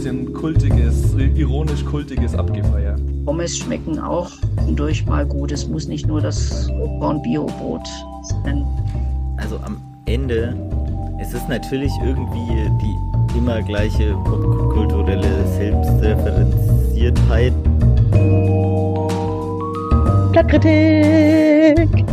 bisschen kultiges, ironisch-kultiges Abgefeier. Pommes schmecken auch durch mal gut. Es muss nicht nur das Korn-Bio-Brot sein. Also am Ende ist es natürlich irgendwie die immer gleiche popkulturelle Selbstreferenziertheit. Blattkritik!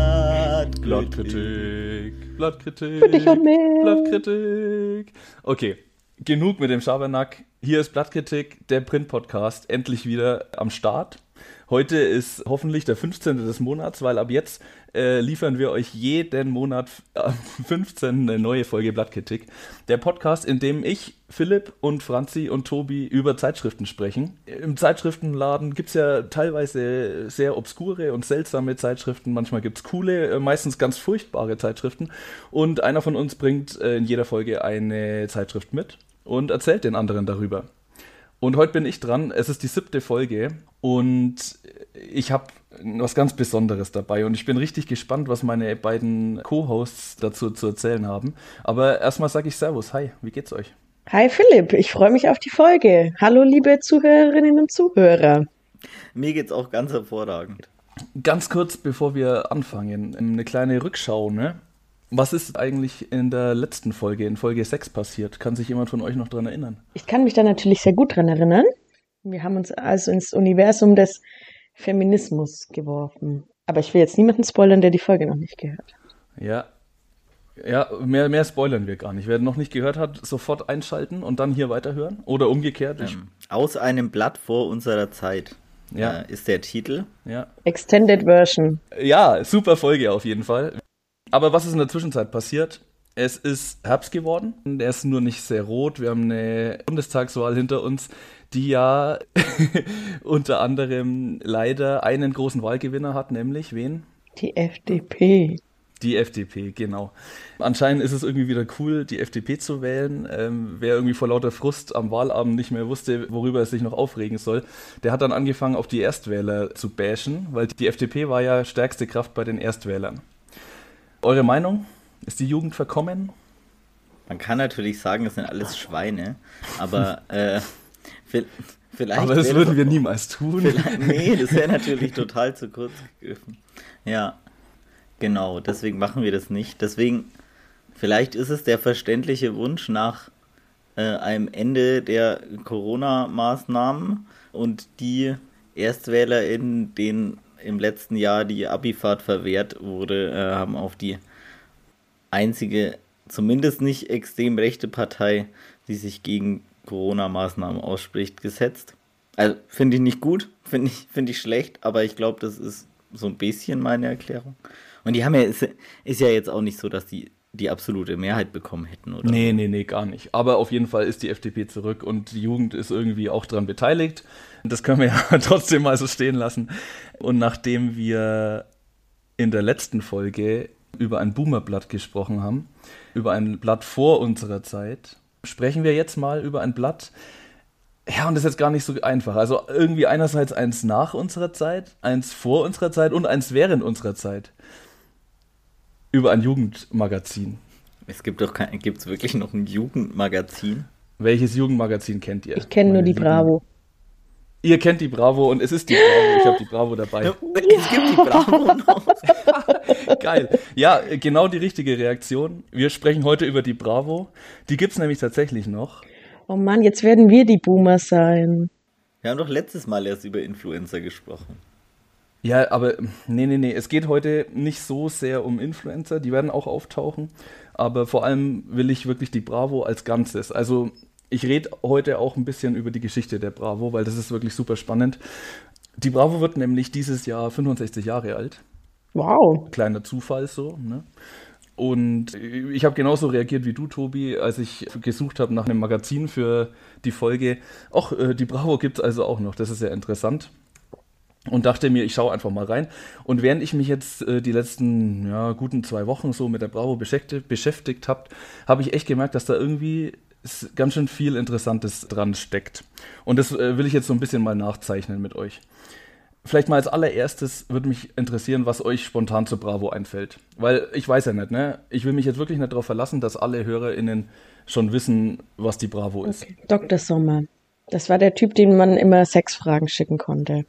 Blattkritik. Für dich und mich. Blattkritik. Okay, genug mit dem Schabernack. Hier ist Blattkritik, der Print-Podcast, endlich wieder am Start. Heute ist hoffentlich der 15. des Monats, weil ab jetzt liefern wir euch jeden Monat am 15. eine neue Folge Blattkritik. Der Podcast, in dem ich, Philipp und Franzi und Tobi über Zeitschriften sprechen. Im Zeitschriftenladen gibt es ja teilweise sehr obskure und seltsame Zeitschriften. Manchmal gibt es coole, meistens ganz furchtbare Zeitschriften. Und einer von uns bringt in jeder Folge eine Zeitschrift mit und erzählt den anderen darüber. Und heute bin ich dran, es ist die 7. Folge und ich habe was ganz Besonderes dabei und ich bin richtig gespannt, was meine beiden Co-Hosts dazu zu erzählen haben. Aber erstmal sage ich Servus, hi, wie geht's euch? Hi Philipp, ich freue mich auf die Folge. Hallo liebe Zuhörerinnen und Zuhörer. Mir geht's auch ganz hervorragend. Ganz kurz, bevor wir anfangen, eine kleine Rückschau, ne? Was ist eigentlich in der letzten Folge, in Folge 6 passiert? Kann sich jemand von euch noch dran erinnern? Ich kann mich da natürlich sehr gut dran erinnern. Wir haben uns also ins Universum des Feminismus geworfen. Aber ich will jetzt niemanden spoilern, der die Folge noch nicht gehört hat. Ja, mehr spoilern wir gar nicht. Wer noch nicht gehört hat, sofort einschalten und dann hier weiterhören. Oder umgekehrt. Aus einem Blatt vor unserer Zeit ist der Titel. Ja. Extended Version. Ja, super Folge auf jeden Fall. Aber was ist in der Zwischenzeit passiert? Es ist Herbst geworden, der ist nur nicht sehr rot. Wir haben eine Bundestagswahl hinter uns, die ja unter anderem leider einen großen Wahlgewinner hat, nämlich wen? Die FDP. Die FDP, genau. Anscheinend ist es irgendwie wieder cool, die FDP zu wählen. Wer irgendwie vor lauter Frust am Wahlabend nicht mehr wusste, worüber es sich noch aufregen soll, der hat dann angefangen, auf die Erstwähler zu bashen, weil die FDP war ja stärkste Kraft bei den Erstwählern. Eure Meinung? Ist die Jugend verkommen? Man kann natürlich sagen, das sind alles Schweine, aber vielleicht... Aber das würden wir niemals tun. Nee, das wäre natürlich total zu kurz gegriffen. Ja, genau, deswegen machen wir das nicht. Deswegen, vielleicht ist es der verständliche Wunsch nach einem Ende der Corona-Maßnahmen und die ErstwählerInnen, denen im letzten Jahr die Abifahrt verwehrt wurde, haben auf die einzige, zumindest nicht extrem rechte Partei, die sich gegen Corona-Maßnahmen ausspricht, gesetzt. Also finde ich nicht gut, finde ich schlecht, aber ich glaube, das ist so ein bisschen meine Erklärung. Und die haben ja, ist ja jetzt auch nicht so, dass die absolute Mehrheit bekommen hätten, oder? Nee, gar nicht. Aber auf jeden Fall ist die FDP zurück und die Jugend ist irgendwie auch daran beteiligt. Das können wir ja trotzdem mal so stehen lassen. Und nachdem wir in der letzten Folge über ein Boomerblatt gesprochen haben, über ein Blatt vor unserer Zeit, sprechen wir jetzt mal über ein Blatt. Ja, und das ist jetzt gar nicht so einfach. Also irgendwie einerseits eins nach unserer Zeit, eins vor unserer Zeit und eins während unserer Zeit. Über ein Jugendmagazin. Gibt's wirklich noch ein Jugendmagazin? Welches Jugendmagazin kennt ihr? Ich kenne nur die Bravo. Ihr kennt die Bravo und es ist die Bravo. Ich habe die Bravo dabei. Es gibt die Bravo noch. Geil. Ja, genau die richtige Reaktion. Wir sprechen heute über die Bravo. Die gibt's nämlich tatsächlich noch. Oh Mann, jetzt werden wir die Boomer sein. Wir haben doch letztes Mal erst über Influencer gesprochen. Ja, aber nee. Es geht heute nicht so sehr um Influencer. Die werden auch auftauchen. Aber vor allem will ich wirklich die Bravo als Ganzes. Also ich rede heute auch ein bisschen über die Geschichte der Bravo, weil das ist wirklich super spannend. Die Bravo wird nämlich dieses Jahr 65 Jahre alt. Wow. Kleiner Zufall so, ne? Und ich habe genauso reagiert wie du, Tobi, als ich gesucht habe nach einem Magazin für die Folge. Ach, die Bravo gibt's also auch noch, das ist ja interessant. Und dachte mir, ich schaue einfach mal rein. Und während ich mich jetzt die letzten guten 2 Wochen so mit der Bravo beschäftigt habe, habe ich echt gemerkt, dass da irgendwie ganz schön viel Interessantes dran steckt. Und das will ich jetzt so ein bisschen mal nachzeichnen mit euch. vielleicht mal als allererstes würde mich interessieren, was euch spontan zur Bravo einfällt. Weil ich weiß ja nicht, ne? Ich will mich jetzt wirklich nicht darauf verlassen, dass alle HörerInnen schon wissen, was die Bravo ist. Okay. Dr. Sommer. Das war der Typ, dem man immer Sexfragen schicken konnte.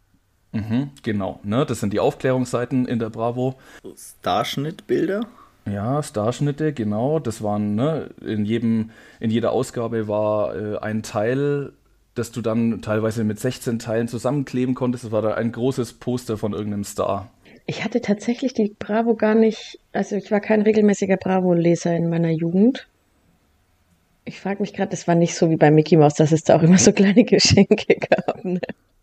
Genau, ne? Das sind die Aufklärungsseiten in der Bravo. Starschnittbilder? Ja, Starschnitte, genau. Das waren, ne, in jeder Ausgabe war ein Teil, das du dann teilweise mit 16 Teilen zusammenkleben konntest. Das war da ein großes Poster von irgendeinem Star. Ich hatte tatsächlich die Bravo gar nicht, also ich war kein regelmäßiger Bravo-Leser in meiner Jugend. Ich frage mich gerade, das war nicht so wie bei Mickey Mouse, dass es da auch immer so kleine Geschenke gab. Ne?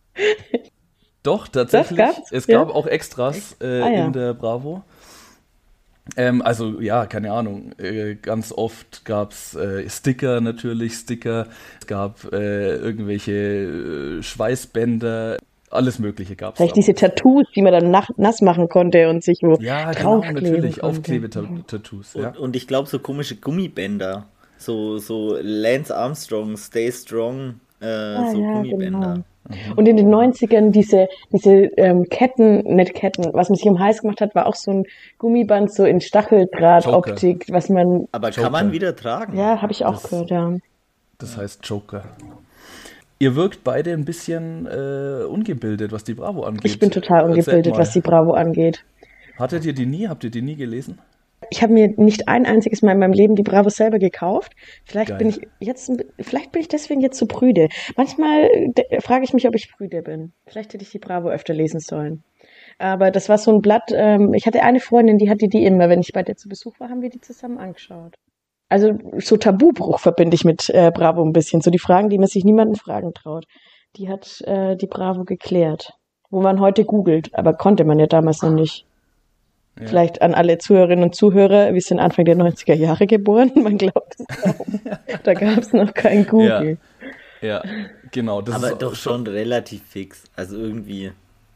Doch, tatsächlich. Es gab auch Extras ja. in der Bravo. Also ja, keine Ahnung, ganz oft gab es Sticker natürlich, es gab irgendwelche Schweißbänder, alles Mögliche gab es. Vielleicht diese Tattoos, die man dann nass machen konnte und sich wo ja, genau, natürlich, konnte. Aufklebetattoos. Ja. Und ich glaube so komische Gummibänder, so Lance Armstrong, Stay Strong, Gummibänder. Genau. Und in den 90ern diese Ketten, nicht Ketten, was man sich um den Hals gemacht hat, war auch so ein Gummiband so in Stacheldrahtoptik, was man... Aber kann man wieder tragen? Ja, habe ich auch gehört, ja. Das heißt Joker. Ihr wirkt beide ein bisschen ungebildet, was die Bravo angeht. Ich bin total ungebildet, was die Bravo angeht. Habt ihr die nie gelesen? Ich habe mir nicht ein einziges Mal in meinem Leben die Bravo selber gekauft. Vielleicht bin ich deswegen jetzt so prüde. Manchmal frage ich mich, ob ich prüde bin. Vielleicht hätte ich die Bravo öfter lesen sollen. Aber das war so ein Blatt, ich hatte eine Freundin, die hatte die immer, wenn ich bei der zu Besuch war, haben wir die zusammen angeschaut. Also so Tabubruch verbinde ich mit Bravo ein bisschen. So die Fragen, die man sich niemanden fragen traut. Die hat die Bravo geklärt. Wo man heute googelt, aber konnte man ja damals noch nicht. Ja. Vielleicht an alle Zuhörerinnen und Zuhörer, wir sind Anfang der 90er Jahre geboren, man glaubt es kaum. Da gab es noch kein Google. Ja, genau. Das aber ist doch schon relativ fix, also irgendwie...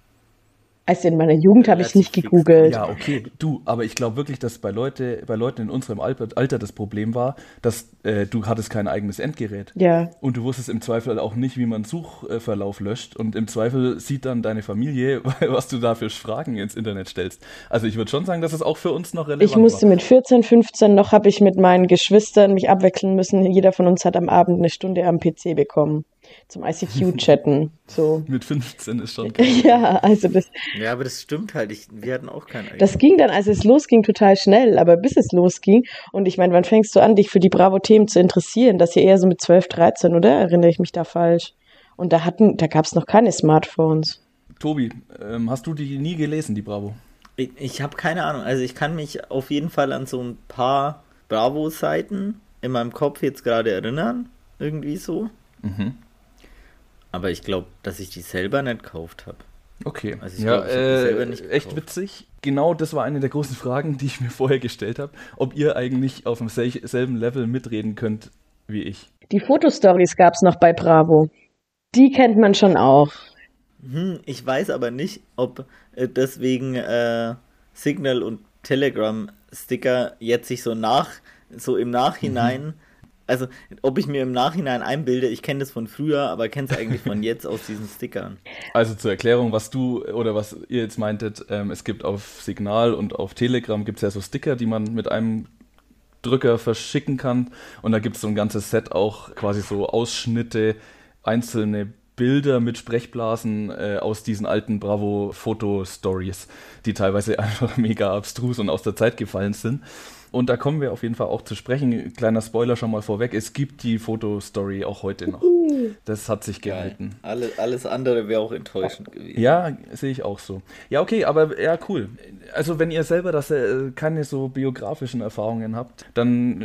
Also in meiner Jugend habe ich nicht gegoogelt. Ja, okay, aber ich glaube wirklich, dass bei Leuten in unserem Alter das Problem war, dass du hattest kein eigenes Endgerät. Ja. Und du wusstest im Zweifel auch nicht, wie man Suchverlauf löscht. Und im Zweifel sieht dann deine Familie, was du da für Fragen ins Internet stellst. Also ich würde schon sagen, dass es auch für uns noch relevant war. Ich musste mit 14, 15 noch, habe ich mit meinen Geschwistern mich abwechseln müssen. Jeder von uns hat am Abend eine Stunde am PC bekommen. Zum ICQ-Chatten. So. Mit 15 ist schon. Ja, also das. Ja, aber das stimmt halt. Wir hatten auch kein eigenes. Das ging dann, als es losging, total schnell. Aber bis es losging, und ich meine, wann fängst du an, dich für die Bravo-Themen zu interessieren? Das hier eher so mit 12, 13, oder? Erinnere ich mich da falsch? Und da gab es noch keine Smartphones. Tobi, hast du die nie gelesen, die Bravo? Ich habe keine Ahnung. Also ich kann mich auf jeden Fall an so ein paar Bravo-Seiten in meinem Kopf jetzt gerade erinnern. Irgendwie so. Mhm. Aber ich glaube, dass ich die selber nicht gekauft habe. Okay, also ich glaub, ich hab die selber nicht gekauft. Echt witzig. Genau das war eine der großen Fragen, die ich mir vorher gestellt habe. Ob ihr eigentlich auf demselben Level mitreden könnt wie ich. Die Fotostories gab es noch bei Bravo. Die kennt man schon auch. Ich weiß aber nicht, ob deswegen Signal und Telegram-Sticker jetzt sich so im Nachhinein... Also, ob ich mir im Nachhinein einbilde, ich kenne das von früher, aber kenne es eigentlich von jetzt aus diesen Stickern. Also zur Erklärung, was ihr jetzt meintet, es gibt auf Signal und auf Telegram gibt es ja so Sticker, die man mit einem Drücker verschicken kann. Und da gibt es so ein ganzes Set auch, quasi so Ausschnitte, einzelne Bilder mit Sprechblasen aus diesen alten Bravo-Foto-Stories, die teilweise einfach mega abstrus und aus der Zeit gefallen sind. Und da kommen wir auf jeden Fall auch zu sprechen. Kleiner Spoiler schon mal vorweg, es gibt die Fotostory auch heute noch. Das hat sich gehalten. Alles andere wäre auch enttäuschend gewesen. Ja, sehe ich auch so. Ja, okay, aber ja, cool. Also wenn ihr selber keine so biografischen Erfahrungen habt, dann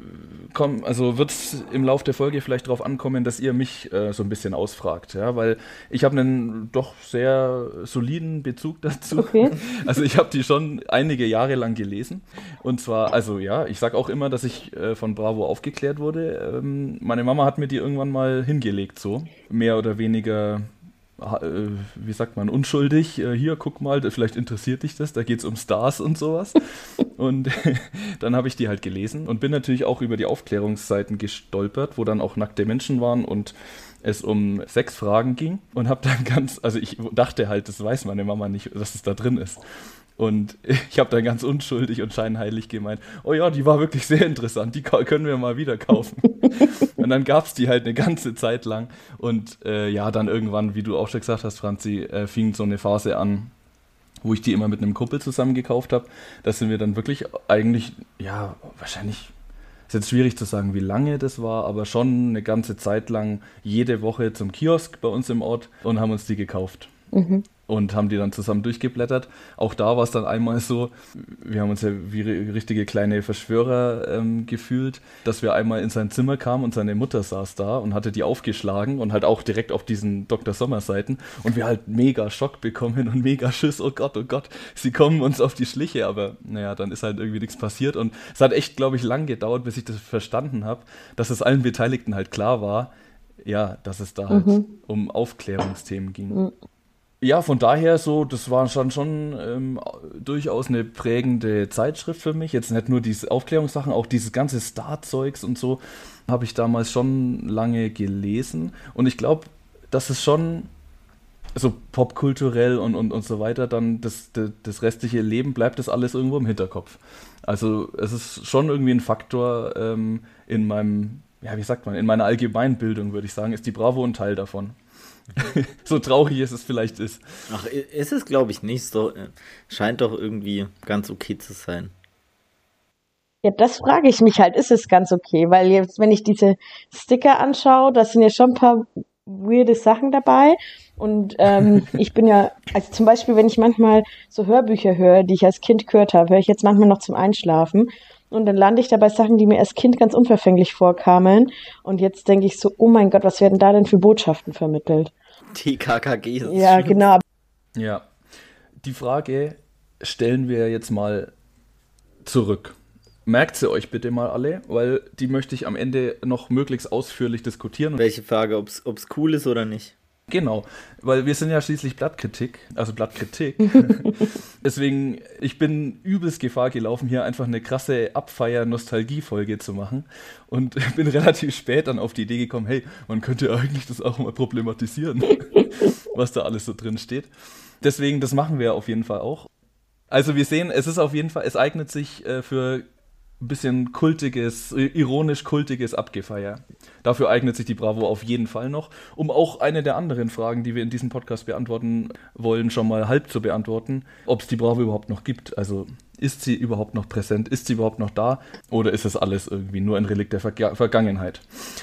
wird es im Laufe der Folge vielleicht darauf ankommen, dass ihr mich so ein bisschen ausfragt. Ja, weil ich habe einen doch sehr soliden Bezug dazu. Okay. Also ich habe die schon einige Jahre lang gelesen. Und zwar, also ja, ich sage auch immer, dass ich von Bravo aufgeklärt wurde. Meine Mama hat mir die irgendwann mal hingelegt, so. Mehr oder weniger wie sagt man, unschuldig, hier, guck mal, vielleicht interessiert dich das, da geht es um Stars und sowas. Und dann habe ich die halt gelesen und bin natürlich auch über die Aufklärungsseiten gestolpert, wo dann auch nackte Menschen waren und es um Sexfragen ging und habe dann also ich dachte halt, das weiß meine Mama nicht, dass es da drin ist. Und ich habe dann ganz unschuldig und scheinheilig gemeint, oh ja, die war wirklich sehr interessant, die können wir mal wieder kaufen. Und dann gab es die halt eine ganze Zeit lang. Und dann irgendwann, wie du auch schon gesagt hast, Franzi, fing so eine Phase an, wo ich die immer mit einem Kumpel zusammen gekauft habe. Da sind wir dann wirklich eigentlich, ja, wahrscheinlich, ist jetzt schwierig zu sagen, wie lange das war, aber schon eine ganze Zeit lang jede Woche zum Kiosk bei uns im Ort und haben uns die gekauft. Mhm. Und haben die dann zusammen durchgeblättert. Auch da war es dann einmal so, wir haben uns ja wie richtige kleine Verschwörer gefühlt, dass wir einmal in sein Zimmer kamen und seine Mutter saß da und hatte die aufgeschlagen und halt auch direkt auf diesen Dr. Sommer-Seiten und wir halt mega Schock bekommen und mega Schiss, oh Gott, sie kommen uns auf die Schliche, aber naja, dann ist halt irgendwie nichts passiert und es hat echt, glaube ich, lang gedauert, bis ich das verstanden habe, dass es allen Beteiligten halt klar war, ja, dass es da halt um Aufklärungsthemen ging. Mhm. Ja, von daher so, das war schon durchaus eine prägende Zeitschrift für mich. Jetzt nicht nur diese Aufklärungssachen, auch dieses ganze Star-Zeugs und so habe ich damals schon lange gelesen. Und ich glaube, dass es schon so popkulturell und so weiter, dann das restliche Leben bleibt das alles irgendwo im Hinterkopf. Also es ist schon irgendwie ein Faktor in meinem, ja, wie sagt man, in meiner Allgemeinbildung, würde ich sagen, ist die Bravo ein Teil davon. So traurig es vielleicht ist. Ach, ist es, glaube ich, nicht so. Scheint doch irgendwie ganz okay zu sein. Ja, das frage ich mich halt, ist es ganz okay? Weil jetzt, wenn ich diese Sticker anschaue, da sind ja schon ein paar weirde Sachen dabei. Und ich bin ja, also zum Beispiel, wenn ich manchmal so Hörbücher höre, die ich als Kind gehört habe, höre ich jetzt manchmal noch zum Einschlafen. Und dann lande ich da bei Sachen, die mir als Kind ganz unverfänglich vorkamen. Und jetzt denke ich so, oh mein Gott, was werden da denn für Botschaften vermittelt? Die KKG. Ja, genau. Ja, die Frage stellen wir jetzt mal zurück. Merkt sie euch bitte mal alle, weil die möchte ich am Ende noch möglichst ausführlich diskutieren. Welche Frage, ob's cool ist oder nicht? Genau, weil wir sind ja schließlich Blattkritik. Deswegen, ich bin übelst Gefahr gelaufen, hier einfach eine krasse Abfeier-Nostalgie-Folge zu machen und bin relativ spät dann auf die Idee gekommen, hey, man könnte eigentlich das auch mal problematisieren, was da alles so drin steht. Deswegen, das machen wir auf jeden Fall auch. Also wir sehen, es ist auf jeden Fall, es eignet sich für ein bisschen kultiges, ironisch-kultiges Abgefeier. Dafür eignet sich die Bravo auf jeden Fall noch, um auch eine der anderen Fragen, die wir in diesem Podcast beantworten wollen, schon mal halb zu beantworten, ob es die Bravo überhaupt noch gibt. Also ist sie überhaupt noch präsent, ist sie überhaupt noch da oder ist es alles irgendwie nur ein Relikt der Vergangenheit?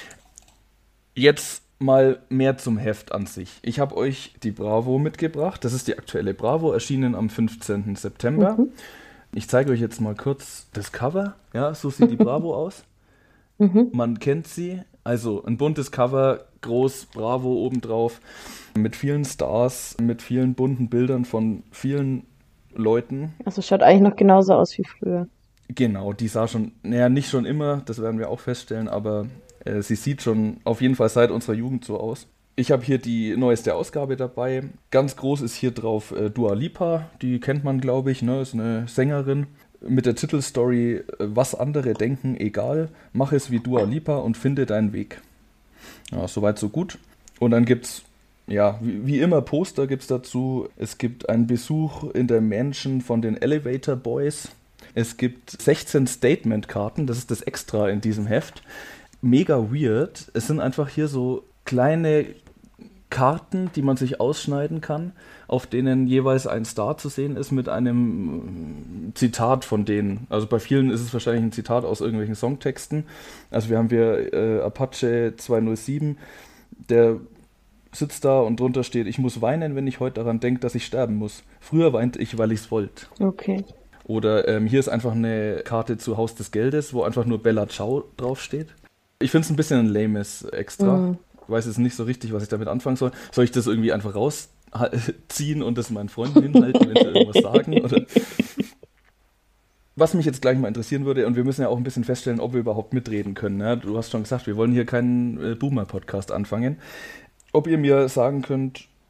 Jetzt mal mehr zum Heft an sich. Ich habe euch die Bravo mitgebracht. Das ist die aktuelle Bravo, erschienen am 15. September. Mhm. Ich zeige euch jetzt mal kurz das Cover. Ja, so sieht die Bravo aus. Mhm. Man kennt sie. Also ein buntes Cover, groß, Bravo obendrauf, mit vielen Stars, mit vielen bunten Bildern von vielen Leuten. Also schaut eigentlich noch genauso aus wie früher. Genau, die sah schon, naja, nicht schon immer, das werden wir auch feststellen, aber sie sieht schon auf jeden Fall seit unserer Jugend so aus. Ich habe hier die neueste Ausgabe dabei. Ganz groß ist hier drauf Dua Lipa, die kennt man, glaube ich, ne? Ist eine Sängerin. Mit der Titelstory, was andere denken, egal, mach es wie Dua Lipa und finde deinen Weg. Ja, soweit so gut. Und dann gibt's, ja, wie immer Poster gibt's dazu. Es gibt einen Besuch in der Mansion von den Elevator Boys. Es gibt 16 Statement-Karten, das ist das Extra in diesem Heft. Mega weird. Es sind einfach hier so kleine Karten, die man sich ausschneiden kann, auf denen jeweils ein Star zu sehen ist mit einem Zitat von denen. Also bei vielen ist es wahrscheinlich ein Zitat aus irgendwelchen Songtexten. Also wir haben hier Apache 207, der sitzt da und drunter steht, ich muss weinen, wenn ich heute daran denke, dass ich sterben muss. Früher weinte ich, weil ich es wollte. Okay. Oder hier ist einfach eine Karte zu Haus des Geldes, wo einfach nur Bella Ciao draufsteht. Ich finde es ein bisschen ein lames Extra. Mhm. Ich weiß jetzt nicht so richtig, was ich damit anfangen soll. Soll ich das irgendwie einfach rausziehen und das meinen Freunden hinhalten, wenn sie irgendwas sagen? Oder? Was mich jetzt gleich mal interessieren würde, und wir müssen ja auch ein bisschen feststellen, ob wir überhaupt mitreden können. Ne? Du hast schon gesagt, wir wollen hier keinen Boomer-Podcast anfangen. Ob ihr mir sagen könnt,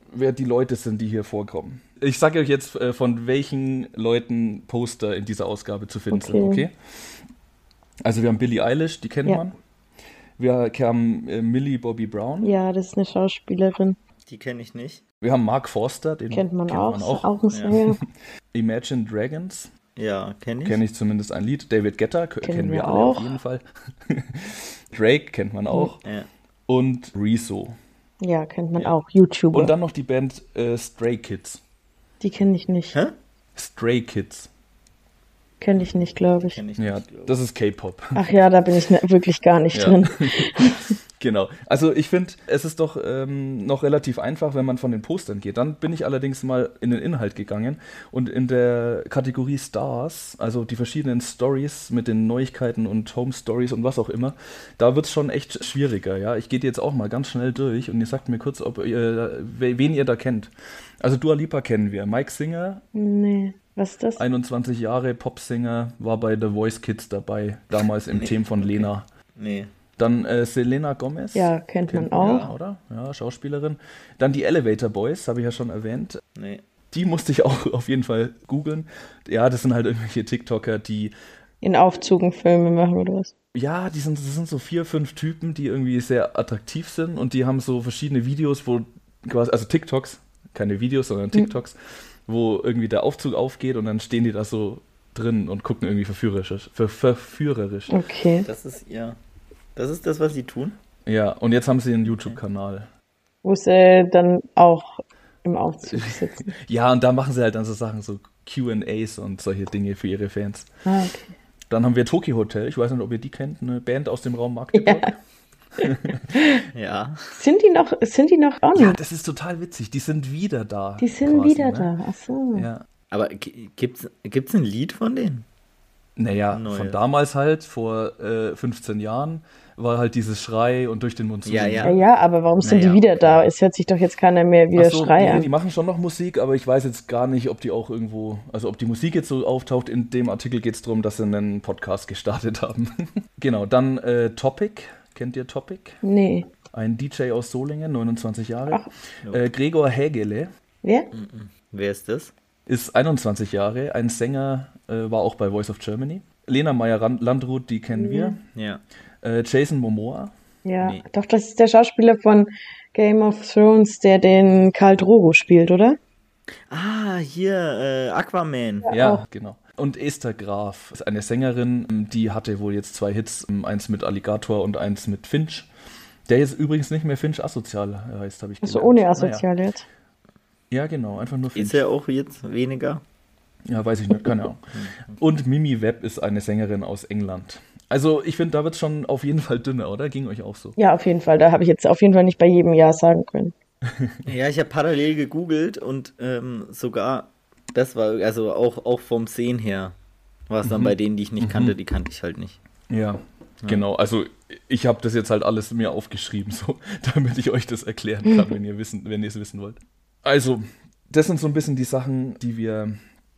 wer die Leute sind, die hier vorkommen. Ich sage euch jetzt, von welchen Leuten Poster in dieser Ausgabe zu finden sind, okay? Also wir haben Billie Eilish, die kennt man. Wir haben Millie Bobby Brown. Ja, das ist eine Schauspielerin. Die kenne ich nicht. Wir haben Mark Forster, den kennt man auch. Auch ein Sänger. Imagine Dragons. Ja, kenne ich. Kenne ich zumindest ein Lied. David Guetta kennen wir alle auch. auf jeden Fall. Drake kennt man auch. Ja. Und Rezo. Ja, kennt man auch. YouTuber. Und dann noch die Band Stray Kids. Die kenne ich nicht. Hä? Stray Kids. Kenne ich nicht, glaube ich. Kenn ich Ja, nicht, glaub ich. das ist K-Pop. Ach ja, da bin ich wirklich gar nicht drin. Genau. Also ich finde, es ist doch noch relativ einfach, wenn man von den Postern geht. Dann bin ich allerdings mal in den Inhalt gegangen und in der Kategorie Stars, also die verschiedenen Stories mit den Neuigkeiten und Home Stories und was auch immer, da wird es schon echt schwieriger. Ja, ich gehe jetzt auch mal ganz schnell durch und ihr sagt mir kurz, wen ihr da kennt. Also Dua Lipa kennen wir. Mike Singer. Nee, was ist das? 21 Jahre, Popsinger, war bei The Voice Kids dabei, damals im Team von Lena. Nee. Dann Selena Gomez. Ja, kennt man auch. Ja, oder? Ja, Schauspielerin. Dann die Elevator Boys, habe ich ja schon erwähnt. Nee. Die musste ich auch auf jeden Fall googeln. Ja, das sind halt irgendwelche TikToker, die... In Aufzügen Filme machen oder was? Ja, das sind so 4, 5 Typen, die irgendwie sehr attraktiv sind und die haben so verschiedene Videos, wo quasi, also TikToks, keine Videos, sondern TikToks, wo irgendwie der Aufzug aufgeht und dann stehen die da so drin und gucken irgendwie verführerisch. Okay. Das ist das, was sie tun? Ja, und jetzt haben sie einen YouTube-Kanal. Wo sie dann auch im Aufzug sitzen. Ja, und da machen sie halt dann so Sachen, so Q&As und solche Dinge für ihre Fans. Ah, okay. Dann haben wir Tokyo Hotel, ich weiß nicht, ob ihr die kennt, eine Band aus dem Raum Magdeburg. Ja. Ja. Sind die noch on? Ja, das ist total witzig, die sind wieder da. Die sind quasi, wieder ne? da, ach so. Ja. Aber gibt's ein Lied von denen? Naja, Neues. von damals halt, vor 15 Jahren, war halt dieses Schrei und durch den Mund zu Ja, singen. Ja, aber warum sind Naja, die wieder okay. da? Es hört sich doch jetzt keiner mehr wieder Ach so, Schrei nee, an. die machen schon noch Musik, aber ich weiß jetzt gar nicht, ob die auch irgendwo, also ob die Musik jetzt so auftaucht. In dem Artikel geht es darum, dass sie einen Podcast gestartet haben. Genau, dann Topic, kennt ihr Topic? Nee. Ein DJ aus Solingen, 29 Jahre. Nope. Gregor Hägele Wer? Wer ist das? ist 21 Jahre, ein Sänger, war auch bei Voice of Germany. Lena Meyer-Landrut, die kennen wir. Ja. Jason Momoa. Ja, Nee. doch, das ist der Schauspieler von Game of Thrones, der den Khal Drogo spielt, oder? Ah, hier, Aquaman. Ja, auch. genau. Und Esther Graf ist eine Sängerin, die hatte wohl jetzt 2 Hits, eins mit Alligator und eins mit Finch. Der jetzt übrigens nicht mehr Finch Asozial heißt, habe ich gelernt. Also ohne Asozial jetzt. Ja, genau, einfach nur Finch. Ist er auch jetzt weniger? Ja, weiß ich nicht, keine Ahnung. Und Mimi Webb ist eine Sängerin aus England. Also ich finde, da wird es schon auf jeden Fall dünner, oder? Ging euch auch so? Ja, auf jeden Fall. Da habe ich jetzt auf jeden Fall nicht bei jedem Ja sagen können. Ja, ich habe parallel gegoogelt und sogar, das war, also auch vom Sehen her, war es dann bei denen, die ich nicht kannte, die kannte ich halt nicht. Ja, genau. Also ich habe das jetzt halt alles mir aufgeschrieben, so, damit ich euch das erklären kann, wenn ihr es wissen wollt. Also, das sind so ein bisschen die Sachen, die wir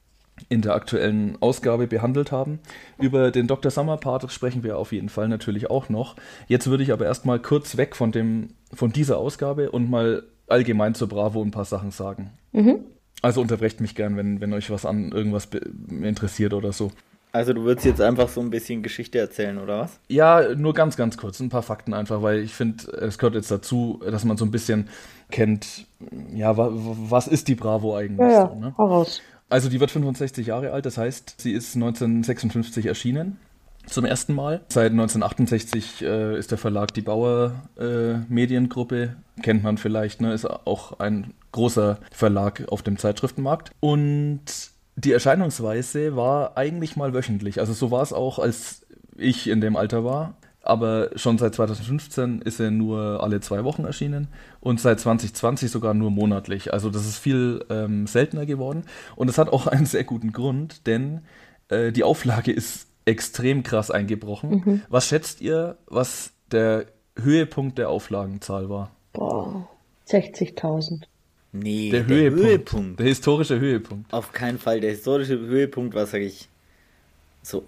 in der aktuellen Ausgabe behandelt haben. Über den Dr. Summer Part sprechen wir auf jeden Fall natürlich auch noch. Jetzt würde ich aber erstmal kurz weg von dieser Ausgabe und mal allgemein zur Bravo ein paar Sachen sagen. Also unterbrecht mich gern, wenn euch was an irgendwas interessiert oder so. Also du würdest jetzt einfach so ein bisschen Geschichte erzählen, oder was? Ja, nur ganz, ganz kurz, ein paar Fakten einfach, weil ich finde, es gehört jetzt dazu, dass man so ein bisschen kennt, ja, was ist die Bravo eigentlich? Ja, So, ne? hau raus. Also die wird 65 Jahre alt, das heißt, sie ist 1956 erschienen, zum ersten Mal. Seit 1968 ist der Verlag die Bauer Mediengruppe, kennt man vielleicht, ne? Ist auch ein großer Verlag auf dem Zeitschriftenmarkt. Und die Erscheinungsweise war eigentlich mal wöchentlich, also so war es auch, als ich in dem Alter war. Aber schon seit 2015 ist er nur alle 2 Wochen erschienen und seit 2020 sogar nur monatlich. Also das ist viel seltener geworden und das hat auch einen sehr guten Grund, denn die Auflage ist extrem krass eingebrochen. Was schätzt ihr, was der Höhepunkt der Auflagenzahl war? Boah, 60.000. Nee, Der Höhepunkt. Der historische Höhepunkt. Auf keinen Fall. Der historische Höhepunkt war, sag ich, so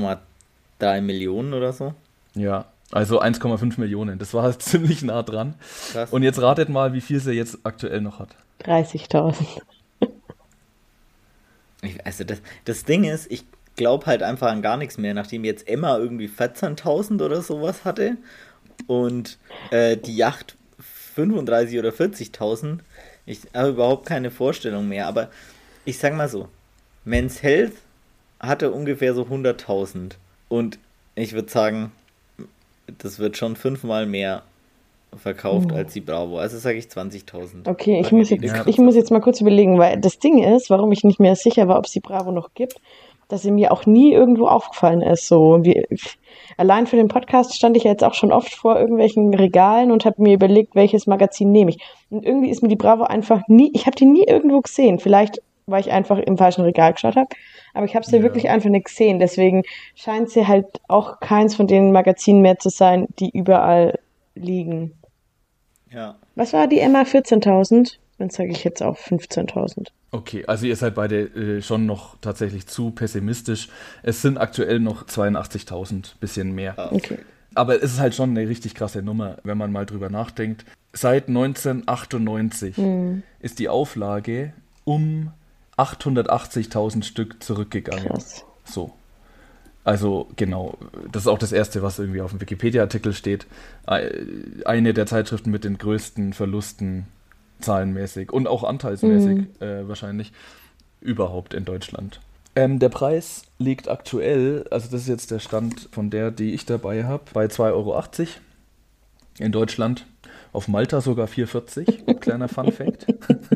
1,3 Millionen oder so. Ja, also 1,5 Millionen. Das war ziemlich nah dran. Krass. Und jetzt ratet mal, wie viel sie jetzt aktuell noch hat. 30.000. Also das Ding ist, ich glaube halt einfach an gar nichts mehr, nachdem jetzt Emma irgendwie 14.000 oder sowas hatte und die Yacht 35.000 oder 40.000. Ich habe überhaupt keine Vorstellung mehr, aber ich sag mal so, Men's Health hatte ungefähr so 100.000 und ich würde sagen, das wird schon 5-mal mehr verkauft als die Bravo. Also sage ich 20.000. Okay, ich muss jetzt mal kurz überlegen, weil das Ding ist, warum ich nicht mehr sicher war, ob es die Bravo noch gibt, dass sie mir auch nie irgendwo aufgefallen ist. Allein für den Podcast stand ich ja jetzt auch schon oft vor irgendwelchen Regalen und habe mir überlegt, welches Magazin nehme ich. Und irgendwie ist mir die Bravo einfach ich habe die nie irgendwo gesehen. Vielleicht, weil ich einfach im falschen Regal geschaut habe, aber ich habe sie wirklich einfach nicht gesehen. Deswegen scheint sie halt auch keins von den Magazinen mehr zu sein, die überall liegen. Ja. Was war die Emma? 14.000? Dann sage ich jetzt auch 15.000. Okay, also ihr seid beide schon noch tatsächlich zu pessimistisch. Es sind aktuell noch 82.000, bisschen mehr. Okay. Aber es ist halt schon eine richtig krasse Nummer, wenn man mal drüber nachdenkt. Seit 1998 ist die Auflage um 880.000 Stück zurückgegangen. Krass. So. Also genau, das ist auch das Erste, was irgendwie auf dem Wikipedia-Artikel steht. Eine der Zeitschriften mit den größten Verlusten zahlenmäßig und auch anteilsmäßig wahrscheinlich überhaupt in Deutschland. Der Preis liegt aktuell, also das ist jetzt der Stand von der, die ich dabei habe, bei 2,80 € in Deutschland. Auf Malta sogar 4,40, kleiner Fun-Fact.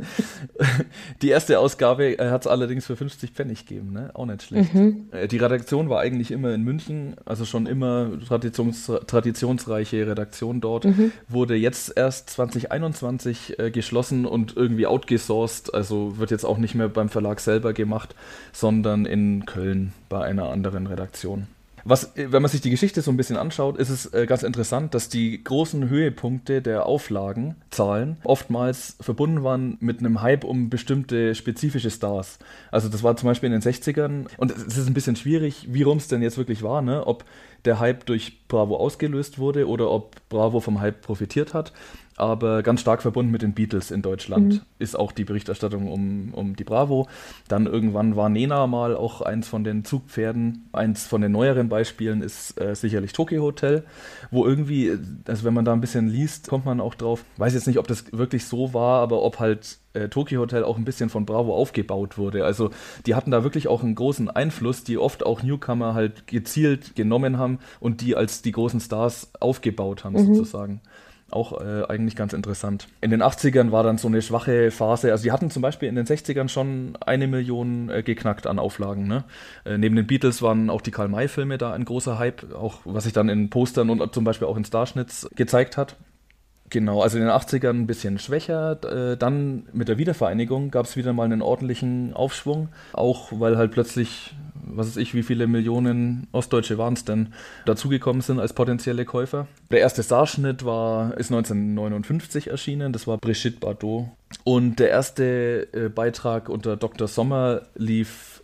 Die erste Ausgabe hat es allerdings für 50 Pfennig gegeben, ne? Auch nicht schlecht. Die Redaktion war eigentlich immer in München, also schon immer traditionsreiche Redaktion dort. Wurde jetzt erst 2021 geschlossen und irgendwie outgesourced, also wird jetzt auch nicht mehr beim Verlag selber gemacht, sondern in Köln bei einer anderen Redaktion. Wenn man sich die Geschichte so ein bisschen anschaut, ist es ganz interessant, dass die großen Höhepunkte der Auflagenzahlen oftmals verbunden waren mit einem Hype um bestimmte spezifische Stars. Also das war zum Beispiel in den 60ern, und es ist ein bisschen schwierig, wie rum es denn jetzt wirklich war, ne? Ob der Hype durch Bravo ausgelöst wurde oder ob Bravo vom Hype profitiert hat. Aber ganz stark verbunden mit den Beatles in Deutschland ist auch die Berichterstattung um die Bravo. Dann irgendwann war Nena mal auch eins von den Zugpferden. Eins von den neueren Beispielen ist sicherlich Tokio Hotel, wo irgendwie, also wenn man da ein bisschen liest, kommt man auch drauf. Weiß jetzt nicht, ob das wirklich so war, aber ob halt Tokio Hotel auch ein bisschen von Bravo aufgebaut wurde. Also die hatten da wirklich auch einen großen Einfluss, die oft auch Newcomer halt gezielt genommen haben und die als die großen Stars aufgebaut haben sozusagen. Auch eigentlich ganz interessant. In den 80ern war dann so eine schwache Phase. Also die hatten zum Beispiel in den 60ern schon 1 Million geknackt an Auflagen. Ne? Neben den Beatles waren auch die Karl-May-Filme da ein großer Hype, auch was sich dann in Postern und zum Beispiel auch in Starschnitts gezeigt hat. Genau, also in den 80ern ein bisschen schwächer. Dann mit der Wiedervereinigung gab es wieder mal einen ordentlichen Aufschwung. Auch weil halt plötzlich, was weiß ich, wie viele Millionen Ostdeutsche waren es denn, dazugekommen sind als potenzielle Käufer. Der erste Starschnitt ist 1959 erschienen, das war Brigitte Bardot. Und der erste Beitrag unter Dr. Sommer lief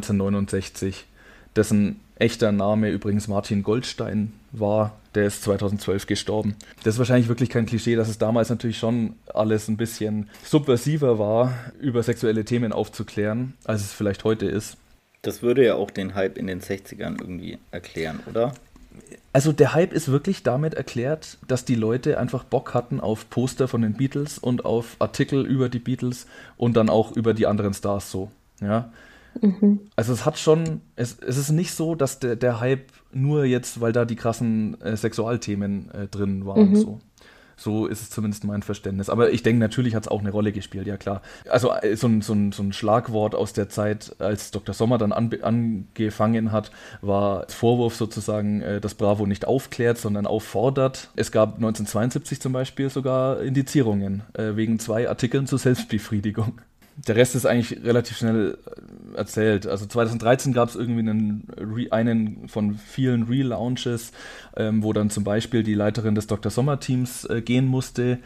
1969, dessen echter Name übrigens Martin Goldstein war. Der ist 2012 gestorben. Das ist wahrscheinlich wirklich kein Klischee, dass es damals natürlich schon alles ein bisschen subversiver war, über sexuelle Themen aufzuklären, als es vielleicht heute ist. Das würde ja auch den Hype in den 60ern irgendwie erklären, oder? Also der Hype ist wirklich damit erklärt, dass die Leute einfach Bock hatten auf Poster von den Beatles und auf Artikel über die Beatles und dann auch über die anderen Stars so. Ja. Also es hat schon, es ist nicht so, dass der Hype nur jetzt, weil da die krassen Sexualthemen drin waren, so ist es zumindest mein Verständnis. Aber ich denke, natürlich hat es auch eine Rolle gespielt, ja klar. Also so ein Schlagwort aus der Zeit, als Dr. Sommer dann angefangen hat, war Vorwurf sozusagen, dass Bravo nicht aufklärt, sondern auffordert. Es gab 1972 zum Beispiel sogar Indizierungen wegen 2 Artikeln zur Selbstbefriedigung. Der Rest ist eigentlich relativ schnell erzählt. Also 2013 gab es irgendwie einen von vielen Relaunches, wo dann zum Beispiel die Leiterin des Dr. Sommer-Teams gehen musste.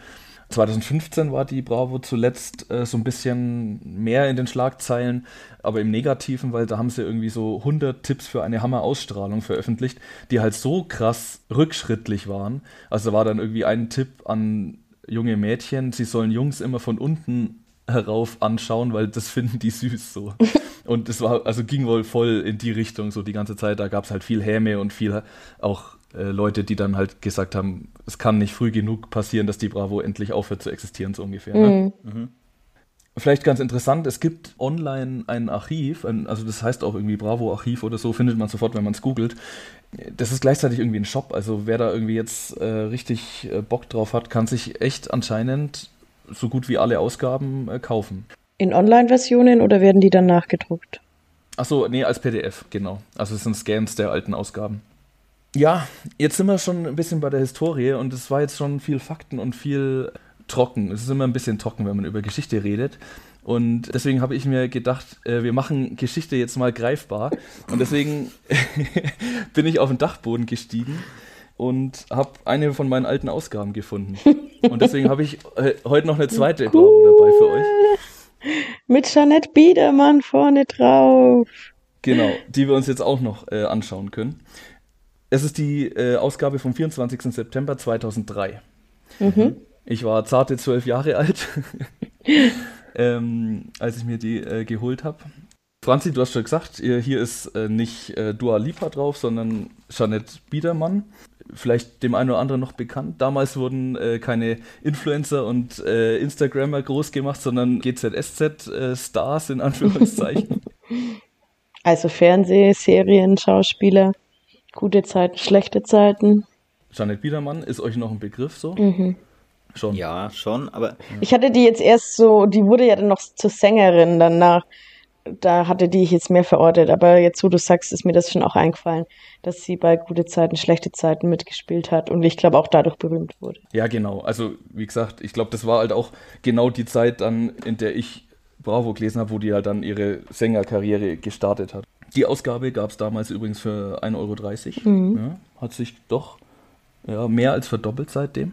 2015 war die Bravo zuletzt so ein bisschen mehr in den Schlagzeilen, aber im Negativen, weil da haben sie irgendwie so 100 Tipps für eine Hammer-Ausstrahlung veröffentlicht, die halt so krass rückschrittlich waren. Also da war dann irgendwie ein Tipp an junge Mädchen, sie sollen Jungs immer von unten herauf anschauen, weil das finden die süß so. Und es ging wohl voll in die Richtung so die ganze Zeit. Da gab es halt viel Häme und viel auch Leute, die dann halt gesagt haben, es kann nicht früh genug passieren, dass die Bravo endlich aufhört zu existieren, so ungefähr. Ne? Vielleicht ganz interessant, es gibt online ein Archiv, also das heißt auch irgendwie Bravo-Archiv oder so, findet man sofort, wenn man es googelt. Das ist gleichzeitig irgendwie ein Shop, also wer da irgendwie jetzt richtig Bock drauf hat, kann sich echt anscheinend so gut wie alle Ausgaben kaufen. In Online-Versionen oder werden die dann nachgedruckt? Achso, nee, als PDF, genau. Also es sind Scans der alten Ausgaben. Ja, jetzt sind wir schon ein bisschen bei der Historie und es war jetzt schon viel Fakten und viel trocken. Es ist immer ein bisschen trocken, wenn man über Geschichte redet. Und deswegen habe ich mir gedacht, wir machen Geschichte jetzt mal greifbar. Und deswegen bin ich auf den Dachboden gestiegen und habe eine von meinen alten Ausgaben gefunden. Und deswegen habe ich heute noch eine zweite Bravo dabei für euch. Mit Jeanette Biedermann vorne drauf. Genau, die wir uns jetzt auch noch anschauen können. Es ist die Ausgabe vom 24. September 2003. Ich war zarte 12 Jahre alt, als ich mir die geholt habe. Franzi, du hast schon gesagt, hier ist nicht Dua Lipa drauf, sondern Jeanette Biedermann. Vielleicht dem einen oder anderen noch bekannt. Damals wurden keine Influencer und Instagrammer groß gemacht, sondern GZSZ-Stars in Anführungszeichen. Also Fernseh-, Serien, Schauspieler, gute Zeiten, schlechte Zeiten. Jeanette Biedermann, ist euch noch ein Begriff so? Schon. Ja, schon, aber... Ich hatte die jetzt erst so, die wurde ja dann noch zur Sängerin danach. Da hatte die ich jetzt mehr verortet, aber jetzt, wo du sagst, ist mir das schon auch eingefallen, dass sie bei gute Zeiten, schlechte Zeiten mitgespielt hat und ich glaube auch dadurch berühmt wurde. Ja, genau. Also, wie gesagt, ich glaube, das war halt auch genau die Zeit dann, in der ich Bravo gelesen habe, wo die halt dann ihre Sängerkarriere gestartet hat. Die Ausgabe gab es damals übrigens für 1,30 €. Ja, hat sich doch mehr als verdoppelt seitdem.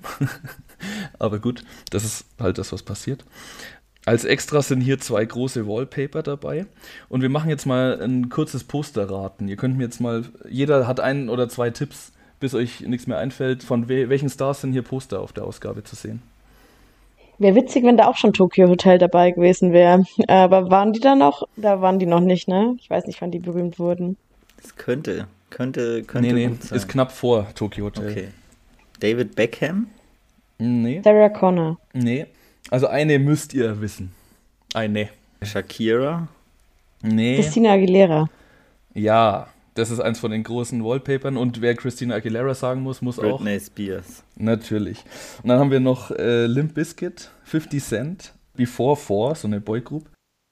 Aber gut, das ist halt das, was passiert. Als Extra sind hier 2 große Wallpaper dabei und wir machen jetzt mal ein kurzes Posterraten. Ihr könnt mir jetzt mal, jeder hat 1 oder 2 Tipps, bis euch nichts mehr einfällt. Von welchen Stars sind hier Poster auf der Ausgabe zu sehen? Wäre witzig, wenn da auch schon Tokyo Hotel dabei gewesen wäre. Aber waren die da noch? Da waren die noch nicht, ne? Ich weiß nicht, wann die berühmt wurden. Es könnte Nee, gut sein. ist knapp vor Tokyo Hotel. Okay. David Beckham? Nee, Sarah Connor. nee. Also eine müsst ihr wissen. Eine. Shakira? Nee. Christina Aguilera. Ja, das ist eins von den großen Wallpapern und wer Christina Aguilera sagen muss auch. Britney Spears. Natürlich. Und dann haben wir noch Limp Bizkit, 50 Cent, Before Four, so eine Boygroup.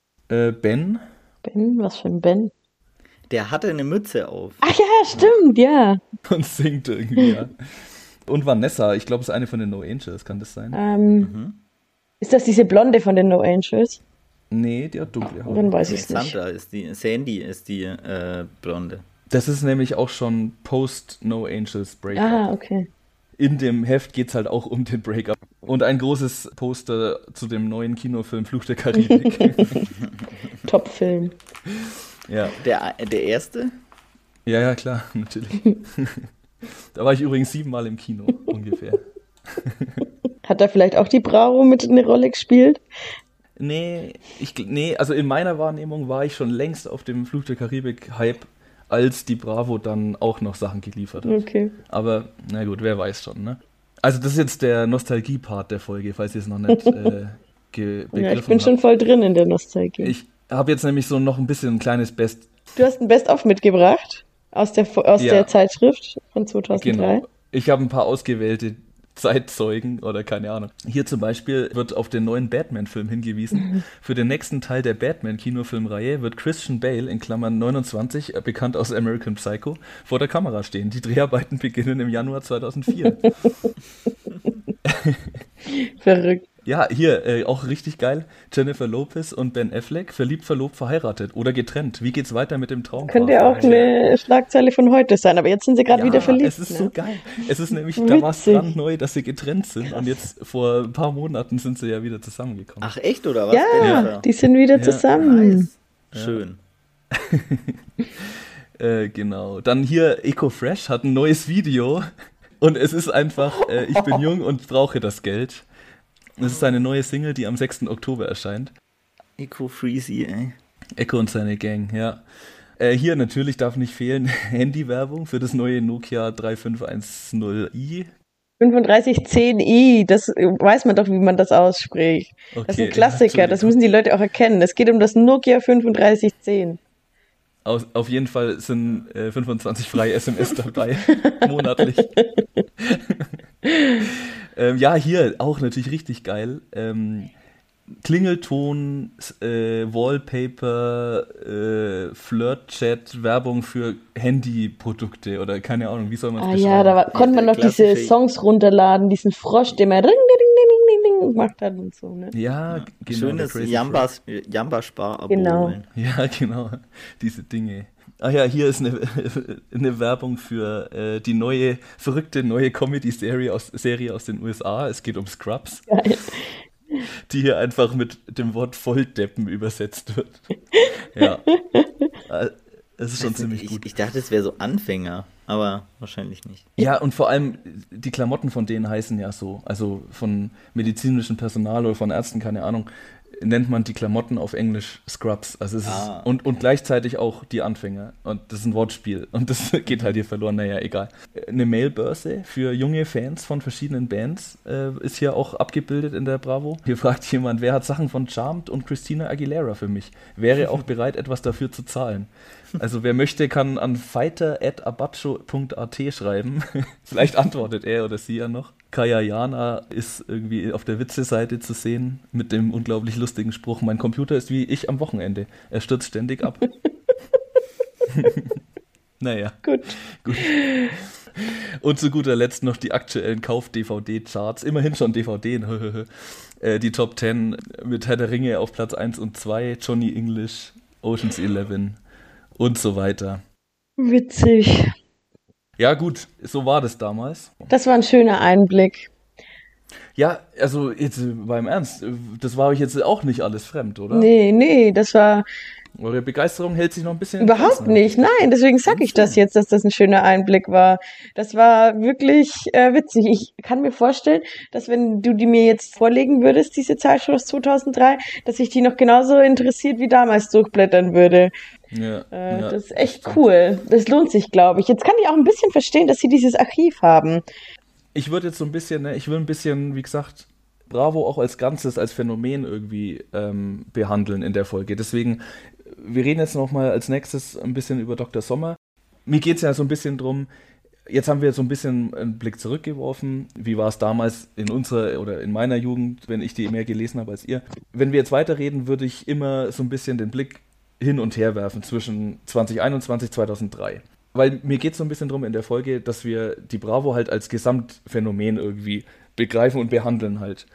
Ben. Ben? Was für ein Ben? Der hatte eine Mütze auf. Ach ja, stimmt, ja. Und singt irgendwie, ja. Und Vanessa, ich glaube, es ist eine von den No Angels, kann das sein? Ist das diese Blonde von den No Angels? Nee, die hat dunkle Haare. Dann weiß ich es nicht. Sandra ist die, Sandy ist die Blonde. Das ist nämlich auch schon Post-No Angels Breakup. Ah, okay. In dem Heft geht es halt auch um den Breakup. Und ein großes Poster zu dem neuen Kinofilm Fluch der Karibik. Top-Film. Ja. Der erste? Ja, klar, natürlich. Da war ich übrigens 7 Mal im Kino, ungefähr. Hat da vielleicht auch die Bravo mit eine Rolle gespielt? Nee, also in meiner Wahrnehmung war ich schon längst auf dem Fluch der Karibik-Hype, als die Bravo dann auch noch Sachen geliefert hat. Okay. Aber, na gut, wer weiß schon, ne? Also das ist jetzt der Nostalgie-Part der Folge, falls ihr es noch nicht begriffen Ja, ich bin habt. schon voll drin in der Nostalgie. Ich habe jetzt nämlich so noch ein bisschen ein kleines Best. Du hast ein Best-of mitgebracht aus der Zeitschrift von 2003. Genau. Ich habe ein paar ausgewählte Zeitzeugen oder keine Ahnung. Hier zum Beispiel wird auf den neuen Batman-Film hingewiesen. Für den nächsten Teil der Batman-Kinofilmreihe wird Christian Bale, in Klammern 29, bekannt aus American Psycho, vor der Kamera stehen. Die Dreharbeiten beginnen im Januar 2004. Verrückt. Ja, hier, auch richtig geil. Jennifer Lopez und Ben Affleck, verliebt, verlobt, verheiratet oder getrennt. Wie geht's weiter mit dem Traum? Könnte ja auch eine Schlagzeile von heute sein, aber jetzt sind sie gerade wieder verliebt. Es ist ne? so geil. Es ist nämlich, da war es brandneu, dass sie getrennt sind und jetzt vor ein paar Monaten sind sie ja wieder zusammengekommen. Ach echt, oder was? Ja, Jennifer? die sind wieder Ja, zusammen. Nice. Schön. Genau. Dann hier EcoFresh hat ein neues Video und es ist einfach, ich bin jung und brauche das Geld. Das ist seine neue Single, die am 6. Oktober erscheint. Echo Freezy, ey. Echo und seine Gang, ja. Hier natürlich darf nicht fehlen Handywerbung für das neue Nokia 3510i. 3510i, das weiß man doch, wie man das ausspricht. Das ist ein Klassiker, ja, das müssen die Leute auch erkennen. Es geht um das Nokia 3510. Auf jeden Fall sind 25 freie SMS dabei, monatlich. Ja, hier auch natürlich richtig geil. Klingelton, Wallpaper, Flirt-Chat, Werbung für Handyprodukte oder keine Ahnung, wie soll man es beschreiben? Ja, da konnte man noch diese Songs runterladen, diesen Frosch, der mal ring, ding, ding, ding gemacht hat und so, ne? Ja, genau. Schönes Jamba-Spar-Abo. Genau. Ja, genau, diese Dinge. Ach ja, hier ist eine Werbung für die verrückte neue Comedy-Serie aus den USA. Es geht um Scrubs. Geil. Die hier einfach mit dem Wort Volldeppen übersetzt wird. Ja. Es ist schon ziemlich gut. Ich dachte, es wäre so Anfänger, aber wahrscheinlich nicht. Ja, und vor allem, die Klamotten von denen heißen ja so. Also von medizinischem Personal oder von Ärzten, keine Ahnung, nennt man die Klamotten auf Englisch Scrubs. Also es ist, und gleichzeitig auch die Anfänger. Und das ist ein Wortspiel. Und das geht halt hier verloren. Naja, egal. Eine Mailbörse für junge Fans von verschiedenen Bands ist hier auch abgebildet in der Bravo. Hier fragt jemand, wer hat Sachen von Charmed und Christina Aguilera für mich? Wäre auch bereit, etwas dafür zu zahlen. Also wer möchte, kann an fighter@abacho.at schreiben. Vielleicht antwortet er oder sie ja noch. Kaya Jana ist irgendwie auf der Witze-Seite zu sehen mit dem unglaublich lustigen Spruch: Mein Computer ist wie ich am Wochenende. Er stürzt ständig ab. Naja. Gut. Und zu guter Letzt noch die aktuellen Kauf-DVD-Charts. Immerhin schon DVD. Die Top 10 mit Herr der Ringe auf Platz 1 und 2, Johnny English, Ocean's 11 und so weiter. Witzig. Ja gut, so war das damals. Das war ein schöner Einblick. Ja, also jetzt beim Ernst, das war euch jetzt auch nicht alles fremd, oder? Nee, das war... Eure Begeisterung hält sich noch ein bisschen... Überhaupt nicht, nein, deswegen sage ich das jetzt, dass das ein schöner Einblick war. Das war wirklich witzig. Ich kann mir vorstellen, dass wenn du die mir jetzt vorlegen würdest, diese Zeitschrift aus 2003, dass ich die noch genauso interessiert wie damals durchblättern würde. Ja, das ist echt cool. Das lohnt sich, glaube ich. Jetzt kann ich auch ein bisschen verstehen, dass sie dieses Archiv haben. Ich würde jetzt so ein bisschen, ich will ein bisschen, wie gesagt, Bravo auch als Ganzes, als Phänomen irgendwie behandeln in der Folge. Deswegen, wir reden jetzt nochmal als nächstes ein bisschen über Dr. Sommer. Mir geht es ja so ein bisschen drum, jetzt haben wir so ein bisschen einen Blick zurückgeworfen. Wie war es damals in unserer oder in meiner Jugend, wenn ich die mehr gelesen habe als ihr? Wenn wir jetzt weiterreden, würde ich immer so ein bisschen den Blick hin und her werfen zwischen 2021 und 2003. Weil mir geht es so ein bisschen drum in der Folge, dass wir die Bravo halt als Gesamtphänomen irgendwie begreifen und behandeln halt.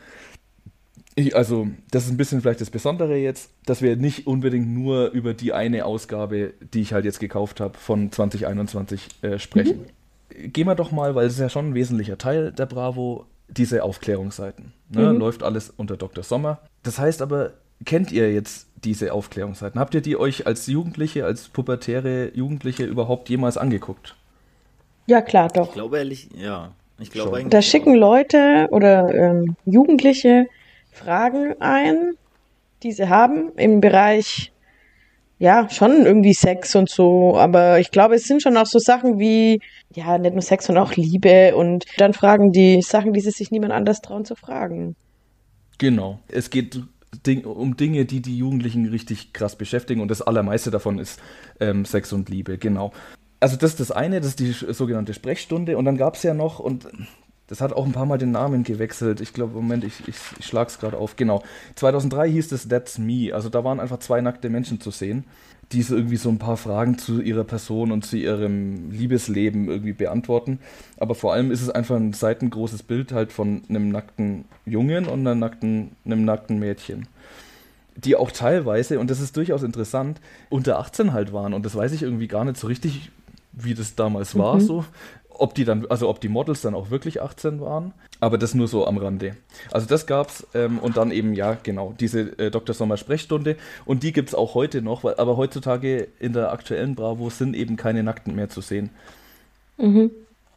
Also, das ist ein bisschen vielleicht das Besondere jetzt, dass wir nicht unbedingt nur über die eine Ausgabe, die ich halt jetzt gekauft habe, von 2021 sprechen. Gehen wir doch mal, weil es ist ja schon ein wesentlicher Teil der Bravo, diese Aufklärungsseiten. Ne? Läuft alles unter Dr. Sommer. Das heißt aber, kennt ihr jetzt diese Aufklärungsseiten? Habt ihr die euch als Jugendliche, als pubertäre Jugendliche überhaupt jemals angeguckt? Ja, klar, doch. Ich glaube ehrlich, ja. Ich glaube eigentlich. Da schicken Leute oder Jugendliche Fragen ein, die sie haben im Bereich, ja, schon irgendwie Sex und so, aber ich glaube, es sind schon auch so Sachen wie, ja, nicht nur Sex, sondern auch Liebe, und dann fragen die Sachen, die sie sich niemand anders trauen zu fragen. Genau. Es geht um Dinge, die die Jugendlichen richtig krass beschäftigen, und das allermeiste davon ist Sex und Liebe, genau. Also das ist das eine, das ist die sogenannte Sprechstunde, und dann gab es ja noch, und das hat auch ein paar Mal den Namen gewechselt, ich glaube, Moment, ich schlag's gerade auf, genau. 2003 hieß es That's Me, also da waren einfach zwei nackte Menschen zu sehen, die so irgendwie so ein paar Fragen zu ihrer Person und zu ihrem Liebesleben irgendwie beantworten, aber vor allem ist es einfach ein seitengroßes Bild halt von einem nackten Jungen und einem nackten Mädchen, die auch teilweise, und das ist durchaus interessant, unter 18 halt waren, und das weiß ich irgendwie gar nicht so richtig, wie das damals war, so. Ob die Models dann auch wirklich 18 waren, aber das nur so am Rande. Also das gab's, und dann eben, ja, genau, diese Dr. Sommer Sprechstunde, und die gibt's auch heute noch, aber heutzutage in der aktuellen Bravo sind eben keine Nackten mehr zu sehen.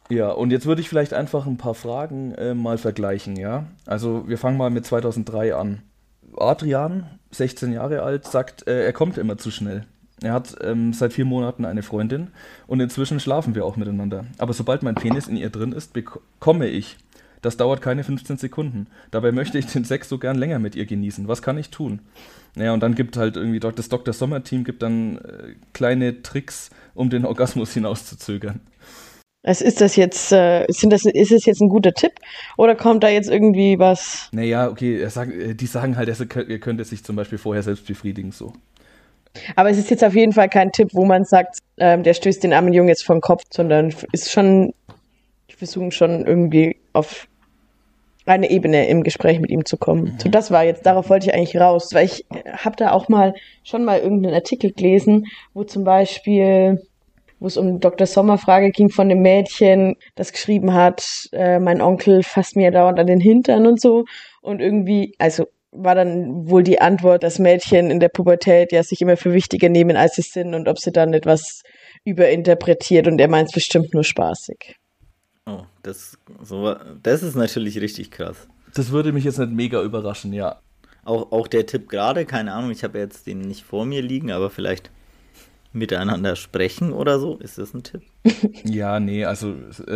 Ja, und jetzt würde ich vielleicht einfach ein paar Fragen mal vergleichen, ja? Also wir fangen mal mit 2003 an. Adrian, 16 Jahre alt, sagt, er kommt immer zu schnell. Er hat seit 4 Monaten eine Freundin und inzwischen schlafen wir auch miteinander. Aber sobald mein Penis in ihr drin ist, bekomme ich. Das dauert keine 15 Sekunden. Dabei möchte ich den Sex so gern länger mit ihr genießen. Was kann ich tun? Naja, und dann gibt halt irgendwie das Dr. Sommer-Team gibt dann kleine Tricks, um den Orgasmus hinauszuzögern. Ist das jetzt, ist es jetzt ein guter Tipp oder kommt da jetzt irgendwie was? Naja, okay, die sagen halt, er könnte sich zum Beispiel vorher selbst befriedigen, so. Aber es ist jetzt auf jeden Fall kein Tipp, wo man sagt, der stößt den armen Jungen jetzt vom Kopf, sondern ist schon, die versuchen schon irgendwie auf eine Ebene im Gespräch mit ihm zu kommen. So, das war jetzt, darauf wollte ich eigentlich raus, weil ich habe da auch schon mal irgendeinen Artikel gelesen, wo zum Beispiel, wo es um Dr. Sommer-Frage ging von dem Mädchen, das geschrieben hat, mein Onkel fasst mir dauernd an den Hintern und so. Und irgendwie, also war dann wohl die Antwort, dass Mädchen in der Pubertät ja sich immer für wichtiger nehmen, als sie sind und ob sie dann etwas überinterpretiert und er meint es bestimmt nur spaßig. Oh, das ist natürlich richtig krass. Das würde mich jetzt nicht mega überraschen, ja. Auch der Tipp gerade, keine Ahnung, ich habe jetzt den nicht vor mir liegen, aber vielleicht miteinander sprechen oder so, ist das ein Tipp? Ja, nee, also